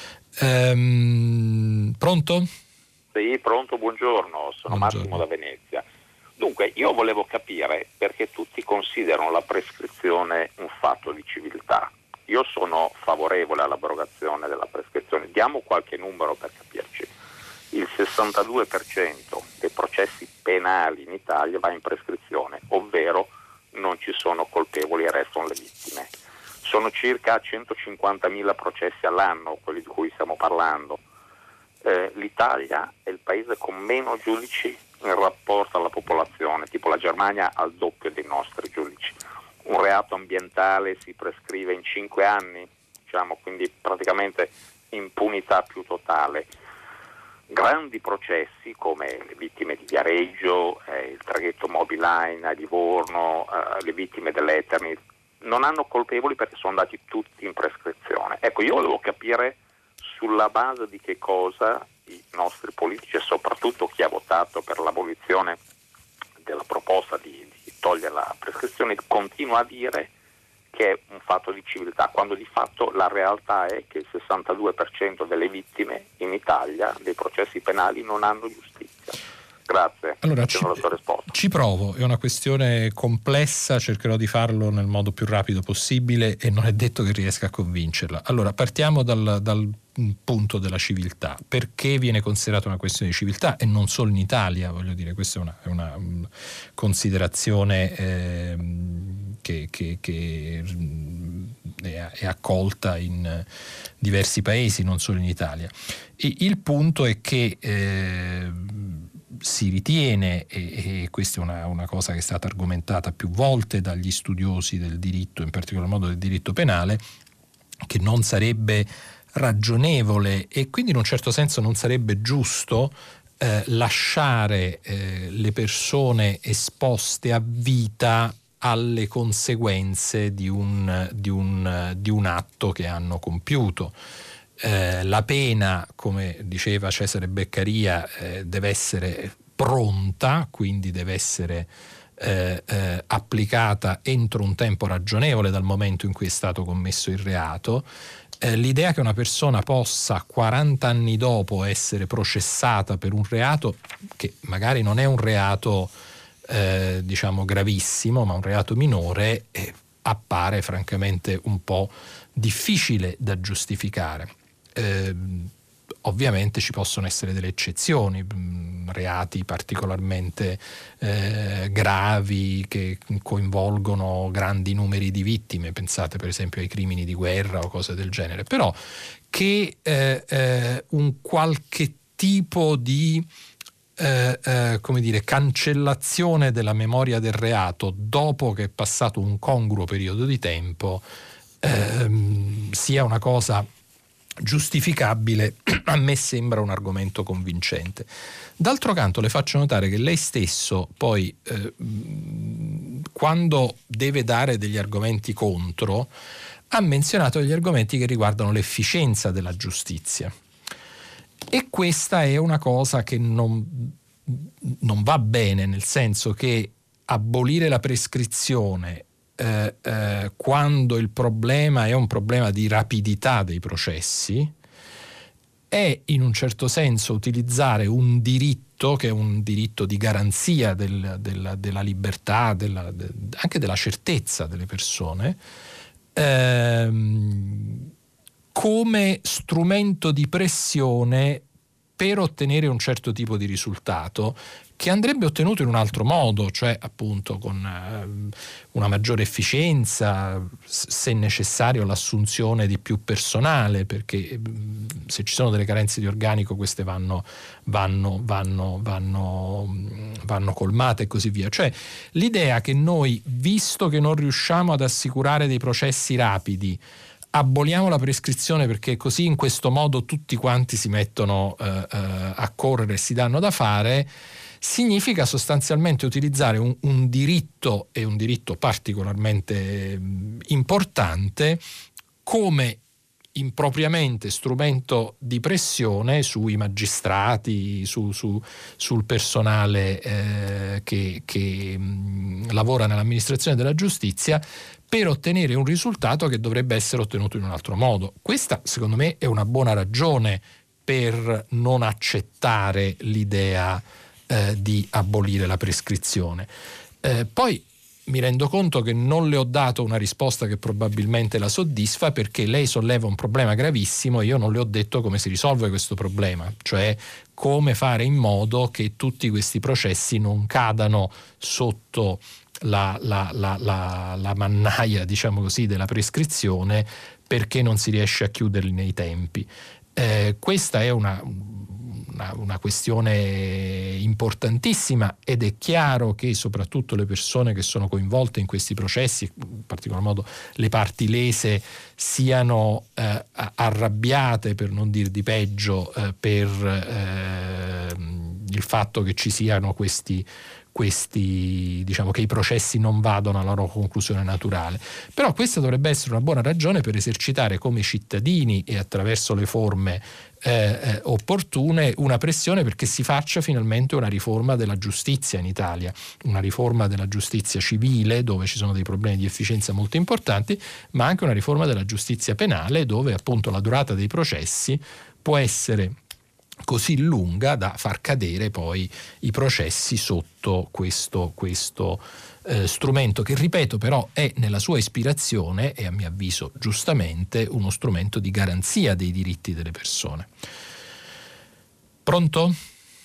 Ehm, pronto? Sì, pronto, buongiorno, sono buongiorno. Massimo da Venezia. Dunque, io volevo capire perché tutti considerano la prescrizione un fatto di civiltà. Io sono favorevole all'abrogazione della prescrizione. Diamo qualche numero per capirci. Il sessantadue per cento dei processi penali in Italia va in prescrizione, ovvero non ci sono colpevoli e restano le vittime. Sono circa centocinquantamila processi all'anno, quelli di cui stiamo parlando. Eh, L'Italia è il paese con meno giudici in rapporto alla popolazione, tipo la Germania ha il doppio dei nostri giudici. Un reato ambientale si prescrive in cinque anni, diciamo, quindi praticamente impunità più totale. Grandi processi come le vittime di Viareggio, eh, il traghetto Mobiline a Livorno, eh, le vittime dell'Eternit, non hanno colpevoli perché sono andati tutti in prescrizione. Ecco, io volevo capire sulla base di che cosa i nostri politici e soprattutto chi ha votato per l'abolizione della proposta di, di togliere la prescrizione continua a dire che è un fatto di civiltà, quando di fatto la realtà è che il sessantadue per cento delle vittime in Italia dei processi penali non hanno giustizia. Grazie. Allora, ci, ci provo, è una questione complessa, cercherò di farlo nel modo più rapido possibile e non è detto che riesca a convincerla. Allora, partiamo dal, dal punto della civiltà. Perché viene considerata una questione di civiltà e non solo in Italia, voglio dire, questa è una, è una um, considerazione eh, che, che, che è, è accolta in diversi paesi, non solo in Italia. E il punto è che eh, si ritiene, e, e questa è una, una cosa che è stata argomentata più volte dagli studiosi del diritto, in particolar modo del diritto penale, che non sarebbe ragionevole e quindi in un certo senso non sarebbe giusto eh, lasciare eh, le persone esposte a vita alle conseguenze di un, di un, di un atto che hanno compiuto. Eh, la pena, come diceva Cesare Beccaria, eh, deve essere pronta, quindi deve essere eh, eh, applicata entro un tempo ragionevole dal momento in cui è stato commesso il reato. Eh, l'idea che una persona possa quaranta anni dopo essere processata per un reato che magari non è un reato eh, diciamo gravissimo, ma un reato minore, eh, appare francamente un po' difficile da giustificare. Eh, ovviamente ci possono essere delle eccezioni, mh, reati particolarmente eh, gravi che coinvolgono grandi numeri di vittime, pensate per esempio ai crimini di guerra o cose del genere, però che eh, eh, un qualche tipo di eh, eh, come dire, cancellazione della memoria del reato dopo che è passato un congruo periodo di tempo ehm, sia una cosa giustificabile, a me sembra un argomento convincente. D'altro canto le faccio notare che lei stesso poi eh, quando deve dare degli argomenti contro ha menzionato degli argomenti che riguardano l'efficienza della giustizia, e questa è una cosa che non, non va bene, nel senso che abolire la prescrizione eh, eh, quando il problema è un problema di rapidità dei processi è in un certo senso utilizzare un diritto che è un diritto di garanzia del, della, della libertà, della, de, anche della certezza delle persone, ehm, come strumento di pressione per ottenere un certo tipo di risultato che andrebbe ottenuto in un altro modo, cioè appunto con eh, una maggiore efficienza, se necessario l'assunzione di più personale, perché se ci sono delle carenze di organico queste vanno, vanno, vanno, vanno, vanno colmate e così via. Cioè l'idea che noi, visto che non riusciamo ad assicurare dei processi rapidi, aboliamo la prescrizione perché così in questo modo tutti quanti si mettono eh, eh, a correre e si danno da fare, significa sostanzialmente utilizzare un, un diritto, e un diritto particolarmente importante, come impropriamente strumento di pressione sui magistrati, su, su, sul personale eh, che, che mh, lavora nell'amministrazione della giustizia, per ottenere un risultato che dovrebbe essere ottenuto in un altro modo. Questa, secondo me, è una buona ragione per non accettare l'idea eh, di abolire la prescrizione. Eh, poi mi rendo conto che non le ho dato una risposta che probabilmente la soddisfa, perché lei solleva un problema gravissimo e io non le ho detto come si risolve questo problema, cioè come fare in modo che tutti questi processi non cadano sotto La, la, la, la, la mannaia, diciamo così, della prescrizione, perché non si riesce a chiuderli nei tempi. Eh, questa è una, una, una questione importantissima, ed è chiaro che soprattutto le persone che sono coinvolte in questi processi, in particolar modo le parti lese, siano eh, arrabbiate, per non dir di peggio, eh, per eh, il fatto che ci siano questi questi, diciamo, che i processi non vadano alla loro conclusione naturale. Però questa dovrebbe essere una buona ragione per esercitare come cittadini e attraverso le forme eh, eh, opportune una pressione perché si faccia finalmente una riforma della giustizia in Italia, una riforma della giustizia civile, dove ci sono dei problemi di efficienza molto importanti, ma anche una riforma della giustizia penale, dove appunto la durata dei processi può essere così lunga da far cadere poi i processi sotto questo, questo eh, strumento, che, ripeto, però è nella sua ispirazione, e a mio avviso giustamente, uno strumento di garanzia dei diritti delle persone. Pronto?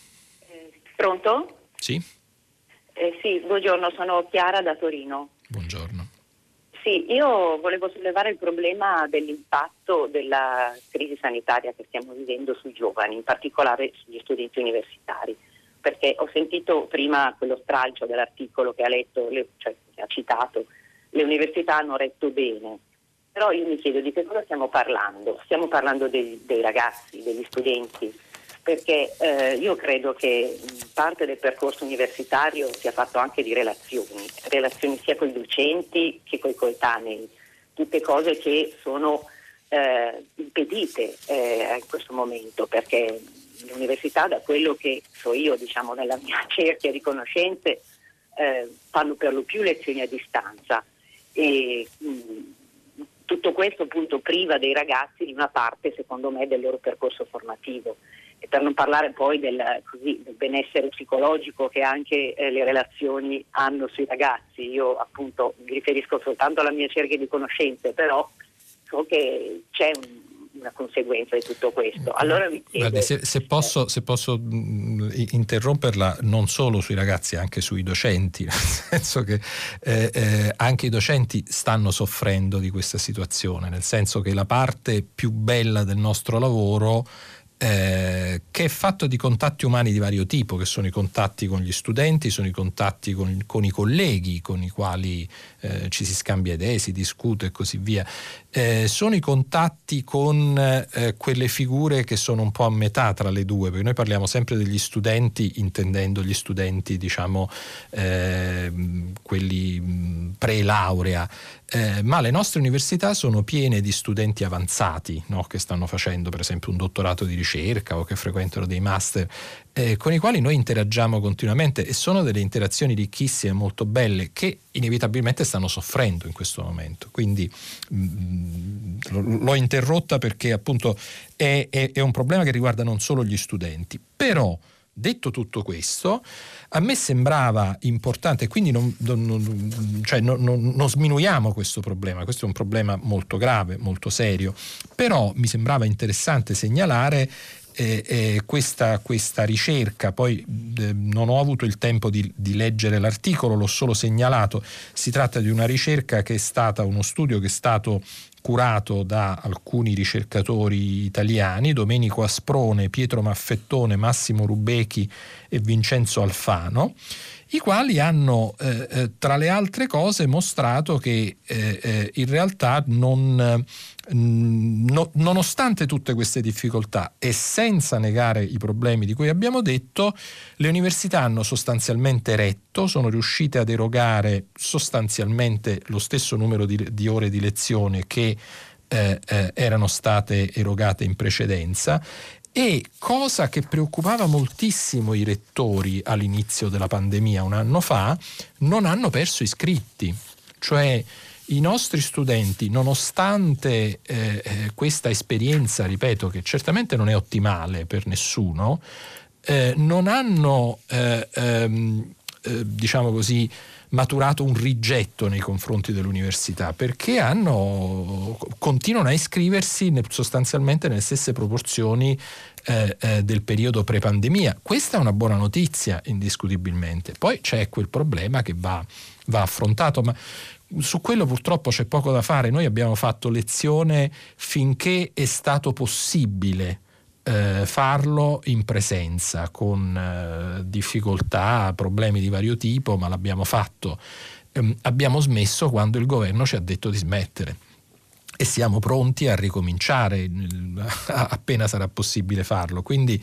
Eh, pronto? Sì. Eh, sì, buongiorno, sono Chiara da Torino. Buongiorno. Sì, io volevo sollevare il problema dell'impatto della crisi sanitaria che stiamo vivendo sui giovani, in particolare sugli studenti universitari, perché ho sentito prima quello stralcio dell'articolo che ha letto, cioè che ha citato, le università hanno retto bene, però io mi chiedo di che cosa stiamo parlando? Stiamo parlando dei, dei ragazzi, degli studenti, perché eh, io credo che parte del percorso universitario sia fatto anche di relazioni, relazioni sia con i docenti che con i coetanei, tutte cose che sono eh, impedite eh, in questo momento, perché l'università, da quello che so io, diciamo, nella mia cerchia di conoscenze, eh, fanno per lo più lezioni a distanza, e mh, tutto questo appunto priva dei ragazzi di una parte, secondo me, del loro percorso formativo. E per non parlare poi del, così, del benessere psicologico che anche eh, le relazioni hanno sui ragazzi. Io appunto mi riferisco soltanto alla mia cerchia di conoscenze, però so che c'è un, una conseguenza di tutto questo. Allora mi chiedo, Guardi, se, se posso, se posso mh, interromperla, non solo sui ragazzi, anche sui docenti, nel senso che eh, eh, anche i docenti stanno soffrendo di questa situazione, nel senso che la parte più bella del nostro lavoro, Eh, che è fatto di contatti umani di vario tipo, che sono i contatti con gli studenti, sono i contatti con, con i colleghi con i quali eh, ci si scambia idee, si discute e così via, eh, sono i contatti con eh, quelle figure che sono un po' a metà tra le due, perché noi parliamo sempre degli studenti intendendo gli studenti, diciamo, eh, quelli pre-laurea, Eh, ma le nostre università sono piene di studenti avanzati, no? Che stanno facendo per esempio un dottorato di ricerca ricerca o che frequentano dei master, eh, con i quali noi interagiamo continuamente, e sono delle interazioni ricchissime, molto belle, che inevitabilmente stanno soffrendo in questo momento. Quindi mh, l'ho interrotta perché appunto è, è, è un problema che riguarda non solo gli studenti. Però, detto tutto questo, a me sembrava importante, quindi non, non, cioè non, non, non sminuiamo questo problema, questo è un problema molto grave, molto serio, però mi sembrava interessante segnalare eh, eh, questa, questa ricerca. Poi eh, non ho avuto il tempo di, di leggere l'articolo, l'ho solo segnalato. Si tratta di una ricerca che è stata, uno studio che è stato curato da alcuni ricercatori italiani, Domenico Asprone, Pietro Maffettone, Massimo Rubechi e Vincenzo Alfano, i quali hanno eh, eh, tra le altre cose mostrato che eh, eh, in realtà non, no, nonostante tutte queste difficoltà e senza negare i problemi di cui abbiamo detto, le università hanno sostanzialmente retto, sono riuscite ad erogare sostanzialmente lo stesso numero di, di ore di lezione che eh, eh, erano state erogate in precedenza. E cosa che preoccupava moltissimo i rettori all'inizio della pandemia un anno fa, non hanno perso iscritti, cioè i nostri studenti, nonostante eh, questa esperienza, ripeto, che certamente non è ottimale per nessuno, eh, non hanno eh, ehm, eh, diciamo così maturato un rigetto nei confronti dell'università, perché hanno continuano a iscriversi sostanzialmente nelle stesse proporzioni eh, eh, del periodo pre-pandemia. Questa è una buona notizia, indiscutibilmente. Poi c'è quel problema che va, va affrontato, ma su quello purtroppo c'è poco da fare. Noi abbiamo fatto lezione finché è stato possibile Eh, farlo in presenza, con eh, difficoltà, problemi di vario tipo, ma l'abbiamo fatto. Ehm, abbiamo smesso quando il governo ci ha detto di smettere e siamo pronti a ricominciare appena sarà possibile farlo. Quindi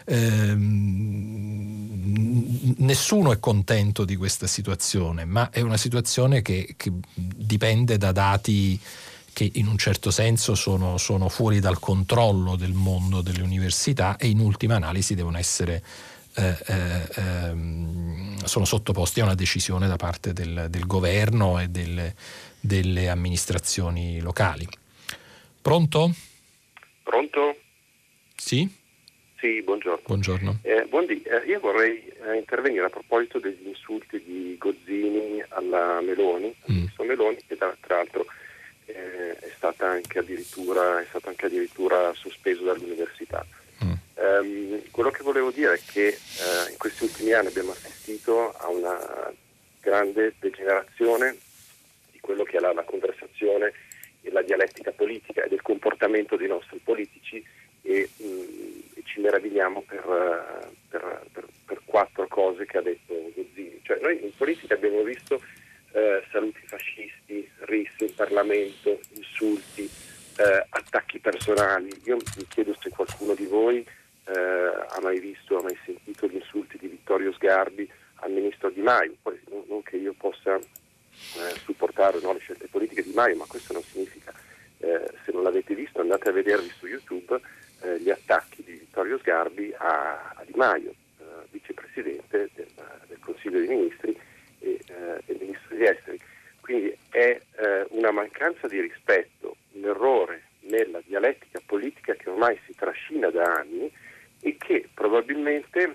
ehm, nessuno è contento di questa situazione, ma è una situazione che, che dipende da dati che in un certo senso sono, sono fuori dal controllo del mondo delle università e in ultima analisi devono essere eh, eh, ehm, sono sottoposti a una decisione da parte del, del governo e delle, delle amministrazioni locali. Pronto? Pronto? Sì? Sì, buongiorno. Buongiorno. Eh, buondì, eh, io vorrei eh, intervenire a proposito degli insulti di Gozzini alla Meloni, al mm. ministro Meloni, che tra l'altro Eh, è stata anche addirittura è stato anche addirittura sospeso dall'università. Mm. Um, quello che volevo dire è che uh, in questi ultimi anni abbiamo assistito a una grande degenerazione di quello che è la, la conversazione e la dialettica politica e del comportamento dei nostri politici, e, um, e ci meravigliamo per, uh, per, per, per quattro cose che ha detto Gozzini. Cioè, noi in politica abbiamo visto Eh, saluti fascisti, risse in Parlamento, insulti, eh, attacchi personali. Io mi chiedo se qualcuno di voi eh, ha mai visto, ha mai sentito gli insulti di Vittorio Sgarbi al ministro Di Maio. Poi non, non che io possa eh, supportare no, le scelte politiche di Di Maio, ma questo non significa, eh, se non l'avete visto andate a vedervi su YouTube eh, gli attacchi di Vittorio Sgarbi a, a Di Maio, eh, vicepresidente del, del Consiglio dei Ministri e eh, del Ministro degli Esteri. Quindi è eh, una mancanza di rispetto, un errore nella dialettica politica che ormai si trascina da anni e che probabilmente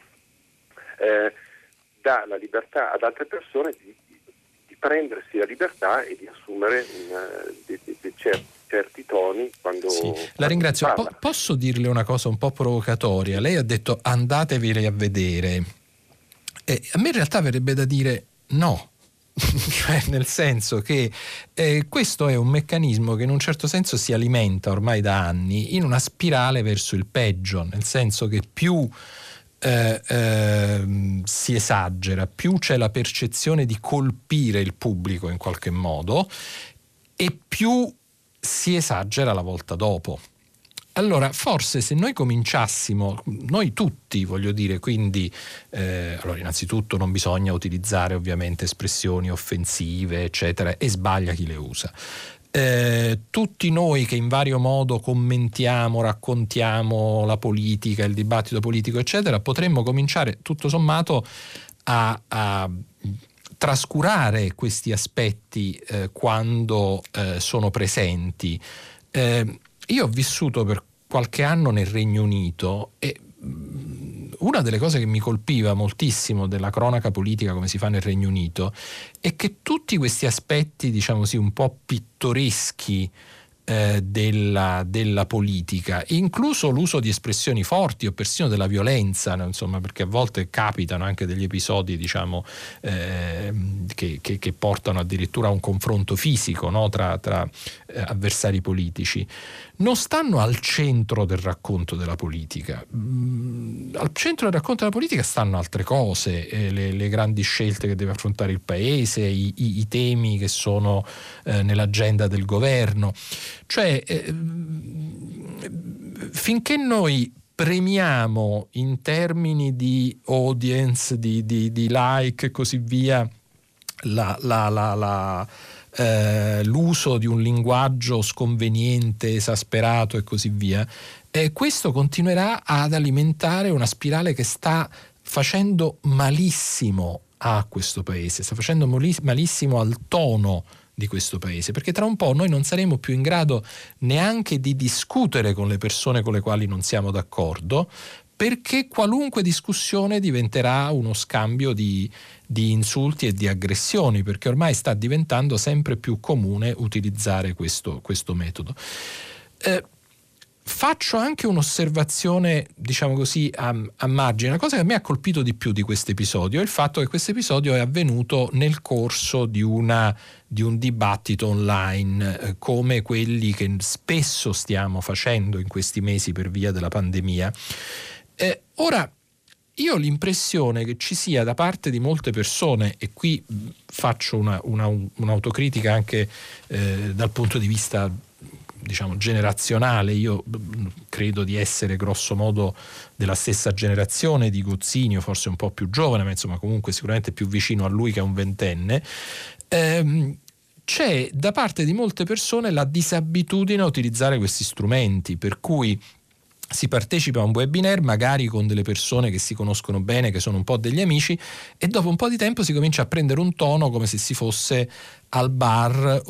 eh, dà la libertà ad altre persone di, di prendersi la libertà e di assumere un, de, de, de certi, certi toni quando... Sì, la quando ringrazio. Po- posso dirle una cosa un po' provocatoria? Lei ha detto andateveli a vedere. E a me in realtà verrebbe da dire no. Cioè, nel senso che eh, questo è un meccanismo che in un certo senso si alimenta ormai da anni in una spirale verso il peggio, nel senso che più eh, eh, si esagera, più c'è la percezione di colpire il pubblico in qualche modo e più si esagera la volta dopo. Allora, forse se noi cominciassimo, noi tutti, voglio dire, quindi, eh, allora innanzitutto non bisogna utilizzare ovviamente espressioni offensive, eccetera, e sbaglia chi le usa. Eh, tutti noi che in vario modo commentiamo, raccontiamo la politica, il dibattito politico, eccetera, potremmo cominciare tutto sommato a, a trascurare questi aspetti eh, quando eh, sono presenti. Eh, io ho vissuto per qualche anno nel Regno Unito e una delle cose che mi colpiva moltissimo della cronaca politica come si fa nel Regno Unito è che tutti questi aspetti, diciamo così, un po' pittoreschi eh, della, della politica, incluso l'uso di espressioni forti o persino della violenza, no? Insomma, perché a volte capitano anche degli episodi, diciamo, eh, che, che, che portano addirittura a un confronto fisico, no? tra, tra eh, avversari politici, non stanno al centro del racconto della politica. Mm, al centro del racconto della politica stanno altre cose, eh, le, le grandi scelte che deve affrontare il paese, i, i, i temi che sono eh, nell'agenda del governo. Cioè, eh, finché noi premiamo in termini di audience, di, di, di like e così via, la, la, la, la Eh, l'uso di un linguaggio sconveniente, esasperato e così via, eh, questo continuerà ad alimentare una spirale che sta facendo malissimo a questo paese, sta facendo malissimo al tono di questo paese, perché tra un po' noi non saremo più in grado neanche di discutere con le persone con le quali non siamo d'accordo, perché qualunque discussione diventerà uno scambio di, di insulti e di aggressioni, perché ormai sta diventando sempre più comune utilizzare questo, questo metodo. Eh, faccio anche un'osservazione, diciamo così, a, a margine. La cosa che a me ha colpito di più di questo episodio è il fatto che questo episodio è avvenuto nel corso di, una, di un dibattito online, eh, come quelli che spesso stiamo facendo in questi mesi per via della pandemia. Eh, ora, io ho l'impressione che ci sia da parte di molte persone, e qui faccio una, una, un'autocritica anche eh, dal punto di vista, diciamo, generazionale. Io credo di essere grosso modo della stessa generazione di Gozzini, o forse un po' più giovane, ma insomma comunque sicuramente più vicino a lui che a un ventenne. Ehm, c'è da parte di molte persone la disabitudine a utilizzare questi strumenti, per cui si partecipa a un webinar magari con delle persone che si conoscono bene, che sono un po' degli amici, e dopo un po' di tempo si comincia a prendere un tono come se si fosse al bar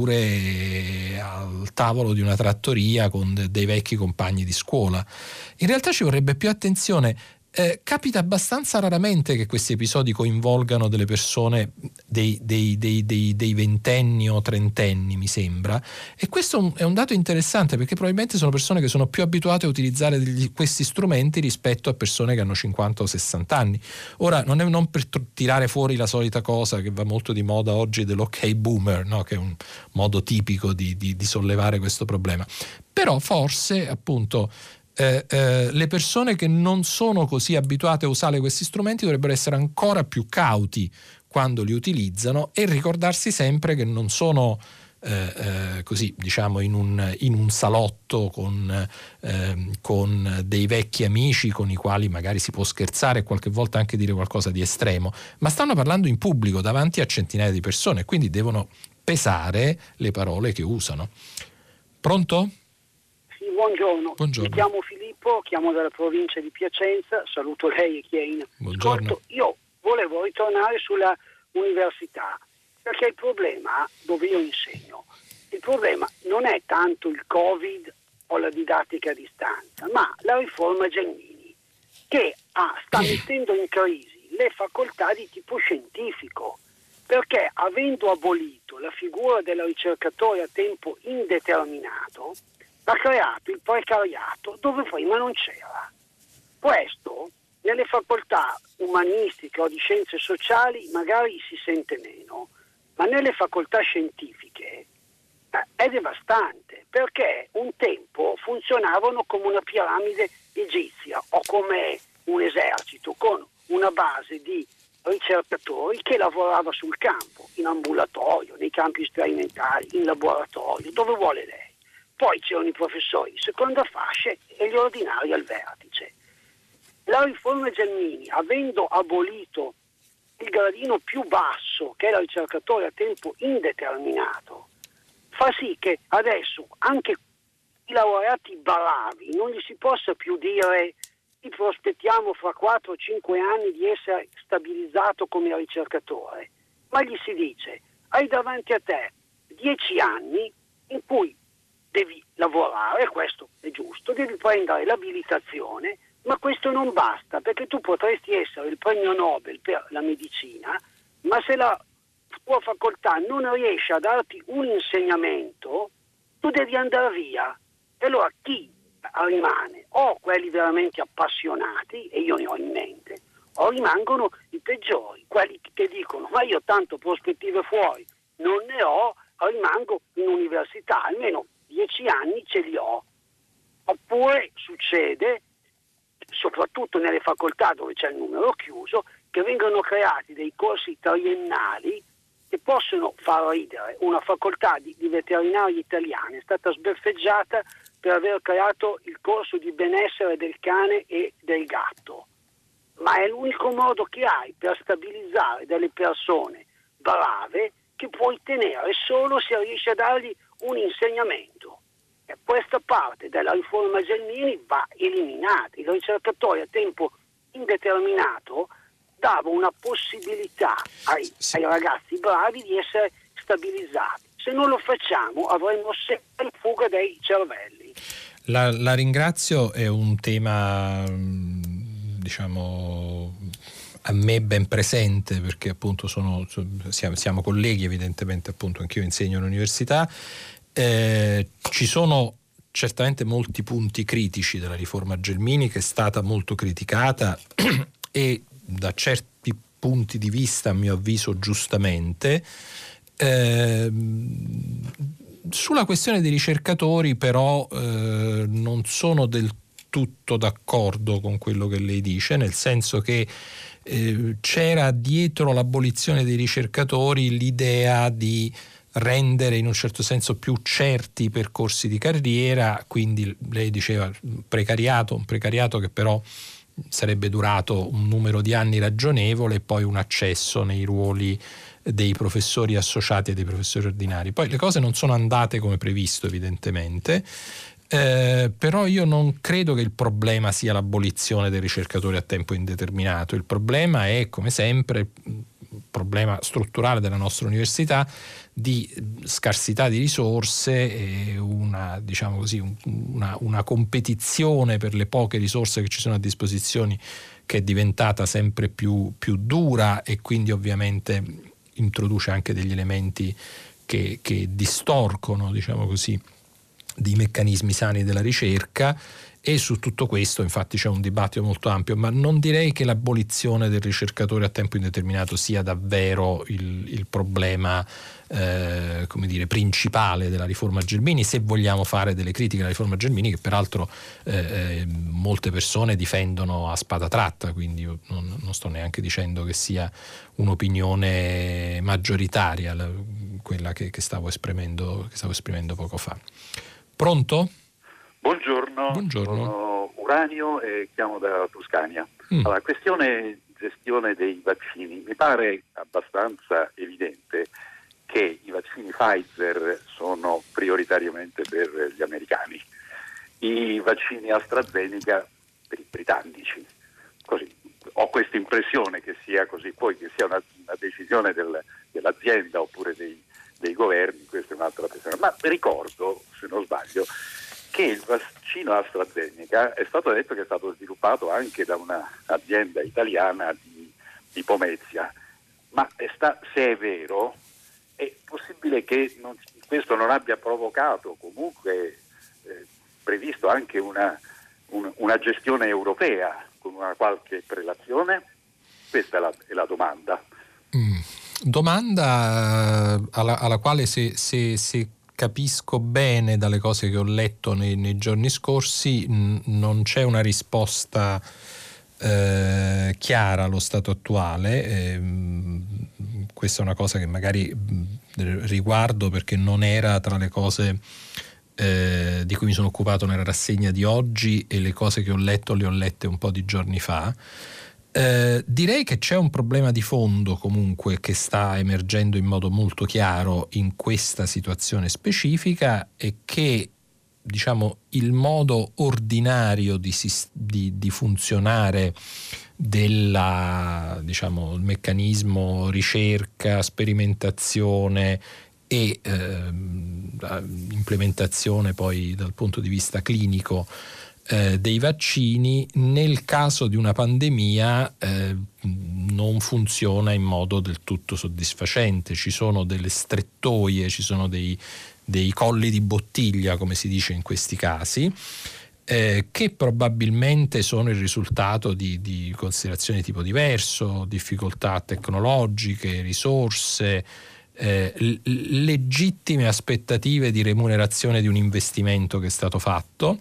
oppure al tavolo di una trattoria con de- dei vecchi compagni di scuola. In realtà ci vorrebbe più attenzione. Eh, capita abbastanza raramente che questi episodi coinvolgano delle persone dei, dei, dei, dei, dei ventenni o trentenni, mi sembra, e questo è un dato interessante, perché probabilmente sono persone che sono più abituate a utilizzare degli, questi strumenti rispetto a persone che hanno cinquanta o sessanta anni. Ora, non è non per tirare fuori la solita cosa che va molto di moda oggi dell'ok boomer, no? Che è un modo tipico di, di, di sollevare questo problema, però forse appunto Eh, eh, le persone che non sono così abituate a usare questi strumenti dovrebbero essere ancora più cauti quando li utilizzano e ricordarsi sempre che non sono eh, eh, così, diciamo, in un, in un salotto con, eh, con dei vecchi amici con i quali magari si può scherzare e qualche volta anche dire qualcosa di estremo, ma stanno parlando in pubblico davanti a centinaia di persone e quindi devono pesare le parole che usano. Pronto? Buongiorno. Buongiorno, mi chiamo Filippo, chiamo dalla provincia di Piacenza, saluto lei e chi è in ascolto. Io volevo ritornare sulla università, perché il problema, dove io insegno, il problema non è tanto il Covid o la didattica a distanza, ma la riforma Gelmini, che ha, sta mettendo in crisi le facoltà di tipo scientifico, perché avendo abolito la figura del ricercatore a tempo indeterminato, ha creato il precariato dove prima non c'era. Questo nelle facoltà umanistiche o di scienze sociali magari si sente meno, ma nelle facoltà scientifiche eh, è devastante, perché un tempo funzionavano come una piramide egizia o come un esercito con una base di ricercatori che lavorava sul campo, in ambulatorio, nei campi sperimentali, in laboratorio, dove vuole lei. Poi c'erano i professori di seconda fascia e gli ordinari al vertice. La riforma Gelmini, avendo abolito il gradino più basso, che è il ricercatore a tempo indeterminato, fa sì che adesso anche i laureati bravi non gli si possa più dire ti prospettiamo fra quattro o cinque anni di essere stabilizzato come ricercatore, ma gli si dice hai davanti a te dieci anni in cui devi lavorare, questo è giusto, devi prendere l'abilitazione, ma questo non basta, perché tu potresti essere il premio Nobel per la medicina, ma se la tua facoltà non riesce a darti un insegnamento, tu devi andare via. E allora chi rimane? O quelli veramente appassionati, e io ne ho in mente, o rimangono i peggiori, quelli che dicono ma io tanto prospettive fuori non ne ho, rimango in università, almeno dieci anni ce li ho. Oppure succede, soprattutto nelle facoltà dove c'è il numero chiuso, che vengono creati dei corsi triennali che possono far ridere. Una facoltà di, di veterinaria italiana è stata sbeffeggiata per aver creato il corso di benessere del cane e del gatto, ma è l'unico modo che hai per stabilizzare delle persone brave che puoi tenere solo se riesci a dargli un insegnamento. E questa parte della riforma Gelmini va eliminata. Il ricercatore a tempo indeterminato dava una possibilità ai, sì. ai ragazzi bravi di essere stabilizzati. Se non lo facciamo avremo sempre fuga dei cervelli. La, la ringrazio, è un tema diciamo a me ben presente, perché appunto sono, siamo, siamo colleghi, evidentemente appunto anch'io insegno all'università. Eh, ci sono certamente molti punti critici della riforma Gelmini, che è stata molto criticata e da certi punti di vista, a mio avviso giustamente. Eh, sulla questione dei ricercatori però eh, non sono del tutto d'accordo con quello che lei dice, nel senso che eh, c'era dietro l'abolizione dei ricercatori l'idea di rendere in un certo senso più certi i percorsi di carriera, quindi lei diceva precariato, un precariato che però sarebbe durato un numero di anni ragionevole e poi un accesso nei ruoli dei professori associati e dei professori ordinari. Poi le cose non sono andate come previsto, evidentemente, eh, però io non credo che il problema sia l'abolizione dei ricercatori a tempo indeterminato. Il problema è, come sempre, il problema strutturale della nostra università di scarsità di risorse e una, diciamo così, una, una competizione per le poche risorse che ci sono a disposizione che è diventata sempre più, più dura, e quindi ovviamente introduce anche degli elementi che, che distorcono, diciamo così, dei meccanismi sani della ricerca. E su tutto questo infatti c'è un dibattito molto ampio, ma non direi che l'abolizione del ricercatore a tempo indeterminato sia davvero il, il problema eh, come dire, principale della riforma Gelmini, se vogliamo fare delle critiche alla riforma Gelmini, che peraltro eh, molte persone difendono a spada tratta, quindi io non, non sto neanche dicendo che sia un'opinione maggioritaria la, quella che, che, stavo esprimendo, che stavo esprimendo poco fa. Pronto? Buongiorno, Buongiorno, sono Uranio e chiamo da Toscania. Mm. Allora, questione gestione dei vaccini. Mi pare abbastanza evidente che i vaccini Pfizer sono prioritariamente per gli americani, i vaccini AstraZeneca per i britannici. Così, ho questa impressione che sia così, poi che sia una, una decisione del, dell'azienda oppure dei, dei governi, questa è un'altra questione. Ma ricordo, se non sbaglio, che il vaccino AstraZeneca è stato detto che è stato sviluppato anche da un'azienda italiana di, di Pomezia, ma è sta, se è vero è possibile che non, questo non abbia provocato comunque eh, previsto anche una, un, una gestione europea con una qualche prelazione? Questa è la, è la domanda. Mm. Domanda alla, alla quale se, se, se capisco bene dalle cose che ho letto nei, nei giorni scorsi n- non c'è una risposta eh, chiara allo stato attuale. Eh, questa è una cosa che magari riguardo perché non era tra le cose eh, di cui mi sono occupato nella rassegna di oggi, e le cose che ho letto le ho lette un po' di giorni fa. Eh, direi che c'è un problema di fondo comunque che sta emergendo in modo molto chiaro in questa situazione specifica, e che, diciamo, il modo ordinario di, di, di funzionare del, diciamo, meccanismo ricerca, sperimentazione e eh, implementazione poi dal punto di vista clinico Eh, dei vaccini, nel caso di una pandemia eh, non funziona in modo del tutto soddisfacente. Ci sono delle strettoie, ci sono dei, dei colli di bottiglia, come si dice in questi casi, eh, che probabilmente sono il risultato di, di considerazioni di tipo diverso, difficoltà tecnologiche, risorse, eh, l- legittime aspettative di remunerazione di un investimento che è stato fatto.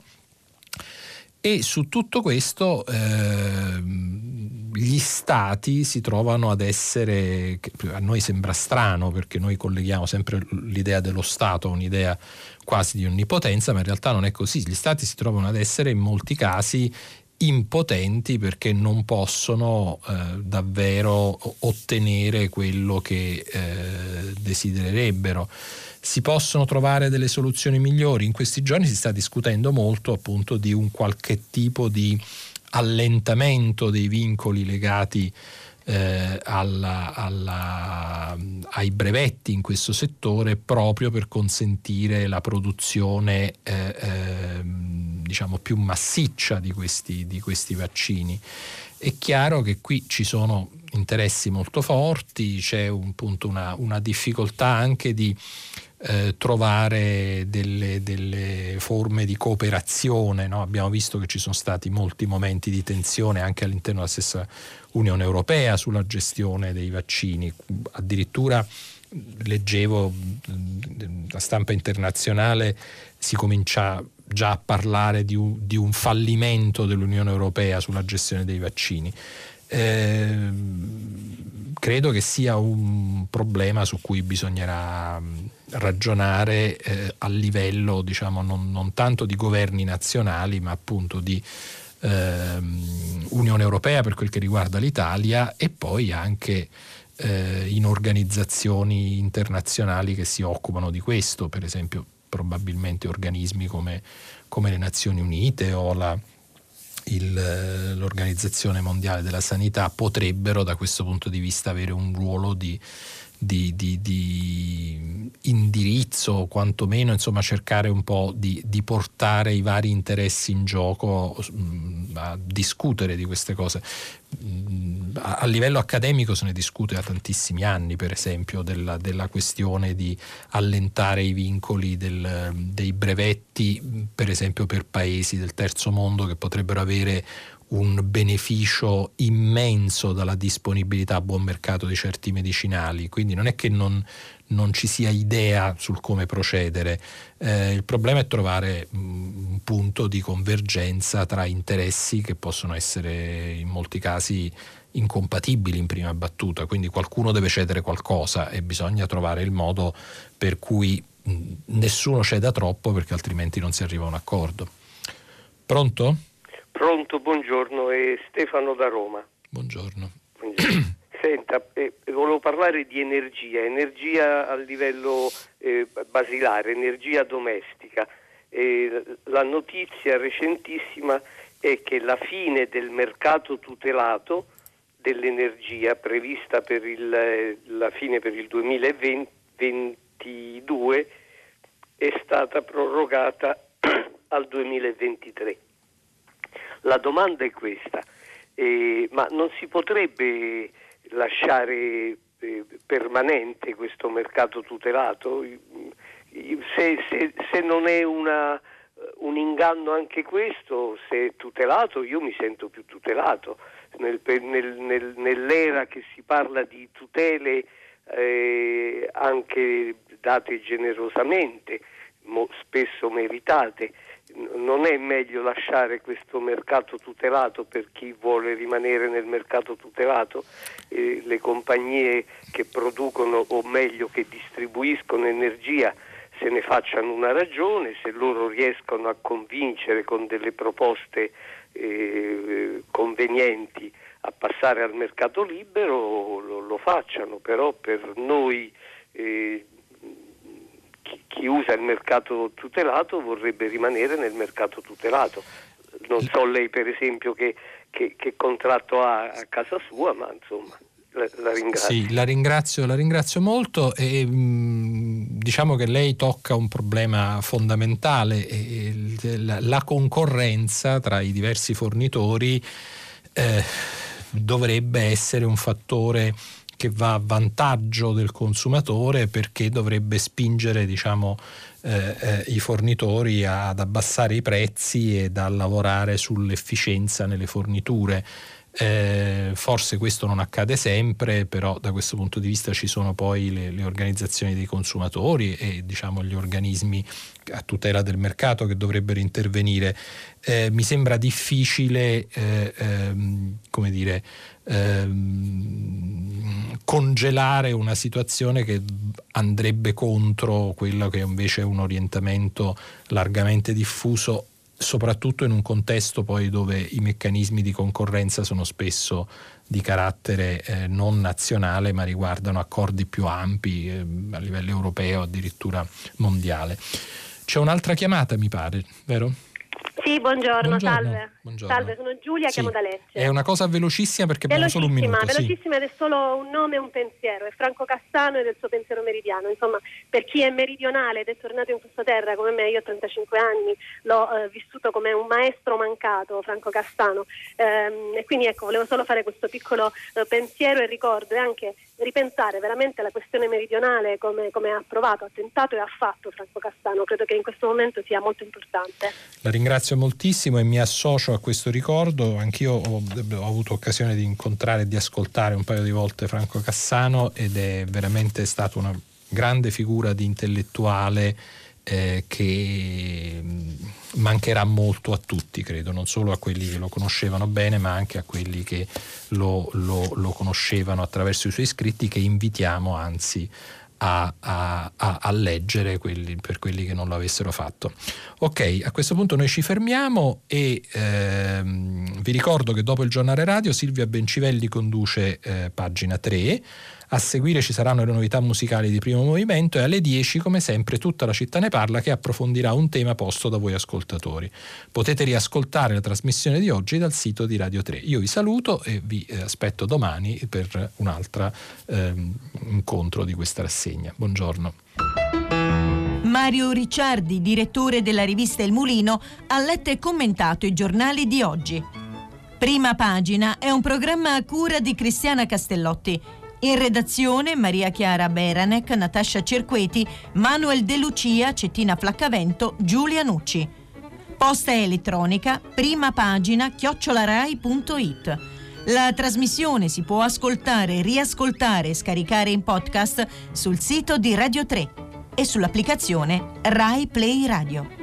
E su tutto questo eh, gli stati si trovano ad essere, a noi sembra strano perché noi colleghiamo sempre l'idea dello Stato a un'idea quasi di onnipotenza, ma in realtà non è così. Gli stati si trovano ad essere in molti casi impotenti perché non possono eh, davvero ottenere quello che eh, desidererebbero. Si possono trovare delle soluzioni migliori? In questi giorni si sta discutendo molto appunto di un qualche tipo di allentamento dei vincoli legati eh, alla, alla, ai brevetti in questo settore, proprio per consentire la produzione eh, eh, diciamo più massiccia di questi, di questi vaccini. È chiaro che qui ci sono interessi molto forti, c'è un punto una, una difficoltà anche di Eh, trovare delle, delle forme di cooperazione, no? Abbiamo visto che ci sono stati molti momenti di tensione anche all'interno della stessa Unione Europea sulla gestione dei vaccini. Addirittura leggevo la stampa internazionale, si comincia già a parlare di un, di un fallimento dell'Unione Europea sulla gestione dei vaccini. Eh, credo che sia un problema su cui bisognerà ragionare eh, a livello, diciamo, non, non tanto di governi nazionali, ma appunto di eh, Unione Europea per quel che riguarda l'Italia, e poi anche eh, in organizzazioni internazionali che si occupano di questo, per esempio probabilmente organismi come, come le Nazioni Unite o la Il, l'Organizzazione Mondiale della Sanità potrebbero da questo punto di vista avere un ruolo di, di, di, di indirizzo, quantomeno insomma cercare un po' di, di portare i vari interessi in gioco, mh, a discutere di queste cose. Mh, a, a livello accademico se ne discute da tantissimi anni, per esempio della, della questione di allentare i vincoli del, dei brevetti, per esempio per paesi del terzo mondo che potrebbero avere un beneficio immenso dalla disponibilità a buon mercato di certi medicinali. Quindi non è che non, non ci sia idea sul come procedere, eh, il problema è trovare un punto di convergenza tra interessi che possono essere in molti casi incompatibili in prima battuta, quindi qualcuno deve cedere qualcosa e bisogna trovare il modo per cui nessuno ceda troppo, perché altrimenti non si arriva a un accordo. Pronto? Pronto, buongiorno, è Stefano da Roma. Buongiorno. Buongiorno. Senta, eh, volevo parlare di energia, energia a livello eh, basilare, energia domestica. Eh, la notizia recentissima è che la fine del mercato tutelato dell'energia prevista per il, eh, la fine per il duemilaventidue è stata prorogata al duemilaventitré. La domanda è questa, eh, ma non si potrebbe lasciare eh, permanente questo mercato tutelato? Se, se, se non è una, un inganno anche questo, se è tutelato, io mi sento più tutelato. Nel, nel, nel, nell'era che si parla di tutele eh, anche date generosamente, mo, spesso meritate, non è meglio lasciare questo mercato tutelato per chi vuole rimanere nel mercato tutelato? Eh, le compagnie che producono, o meglio che distribuiscono energia, se ne facciano una ragione, se loro riescono a convincere con delle proposte eh, convenienti a passare al mercato libero lo, lo facciano, però per noi eh, chi, chi usa il mercato tutelato vorrebbe rimanere nel mercato tutelato. Non so lei per esempio che, che, che contratto ha a casa sua, ma insomma la, la ringrazio. Sì, la ringrazio, la ringrazio molto e mh, diciamo che lei tocca un problema fondamentale, e, e, la, la concorrenza tra i diversi fornitori eh, dovrebbe essere un fattore che va a vantaggio del consumatore, perché dovrebbe spingere, diciamo, eh, eh, i fornitori ad abbassare i prezzi e a lavorare sull'efficienza nelle forniture. Eh, forse questo non accade sempre, però da questo punto di vista ci sono poi le, le organizzazioni dei consumatori e, diciamo, gli organismi a tutela del mercato che dovrebbero intervenire. Eh, mi sembra difficile eh, ehm, come dire ehm, congelare una situazione che andrebbe contro quello che invece è un orientamento largamente diffuso, soprattutto in un contesto poi dove i meccanismi di concorrenza sono spesso di carattere eh, non nazionale, ma riguardano accordi più ampi eh, a livello europeo, addirittura mondiale. C'è un'altra chiamata, mi pare, vero? Sì, buongiorno, buongiorno. salve. Buongiorno. Salve, sono Giulia, Sì. chiamo da Lecce. È una cosa velocissima perché abbiamo solo un minuto. Velocissima, sì. ed è solo un nome e un pensiero. È Franco Cassano e del suo pensiero meridiano. Insomma, per chi è meridionale ed è tornato in questa terra come me, io ho trentacinque anni, l'ho eh, vissuto come un maestro mancato, Franco Cassano. Ehm, e quindi ecco, volevo solo fare questo piccolo eh, pensiero e ricordo, e anche ripensare veramente alla questione meridionale come, come ha provato, ha tentato e ha fatto Franco Cassano. Credo che in questo momento sia molto importante. La ringrazio moltissimo e mi associo a questo ricordo. Anch'io ho, ho avuto occasione di incontrare e di ascoltare un paio di volte Franco Cassano, ed è veramente stata una grande figura di intellettuale eh, che mancherà molto a tutti, credo, non solo a quelli che lo conoscevano bene, ma anche a quelli che lo, lo, lo conoscevano attraverso i suoi scritti, che invitiamo anzi A, a, a leggere quelli, per quelli che non lo avessero fatto. Ok, a questo punto noi ci fermiamo e ehm, vi ricordo che dopo il giornale radio Silvia Bencivelli conduce eh, Pagina tre. A seguire ci saranno le novità musicali di Primo Movimento e alle dieci, come sempre, Tutta la città ne parla, che approfondirà un tema posto da voi ascoltatori. Potete riascoltare la trasmissione di oggi dal sito di Radio tre. Io vi saluto e vi aspetto domani per un altro ehm, incontro di questa rassegna. Buongiorno. Mario Ricciardi, direttore della rivista Il Mulino, ha letto e commentato i giornali di oggi. Prima Pagina è un programma a cura di Cristiana Castellotti. In redazione Maria Chiara Beranec, Natascia Cerqueti, Manuel De Lucia, Cettina Flaccavento, Giulia Nucci. Posta elettronica primapagina chiocciolarai punto it. La trasmissione si può ascoltare, riascoltare e scaricare in podcast sul sito di Radio tre e sull'applicazione Rai Play Radio.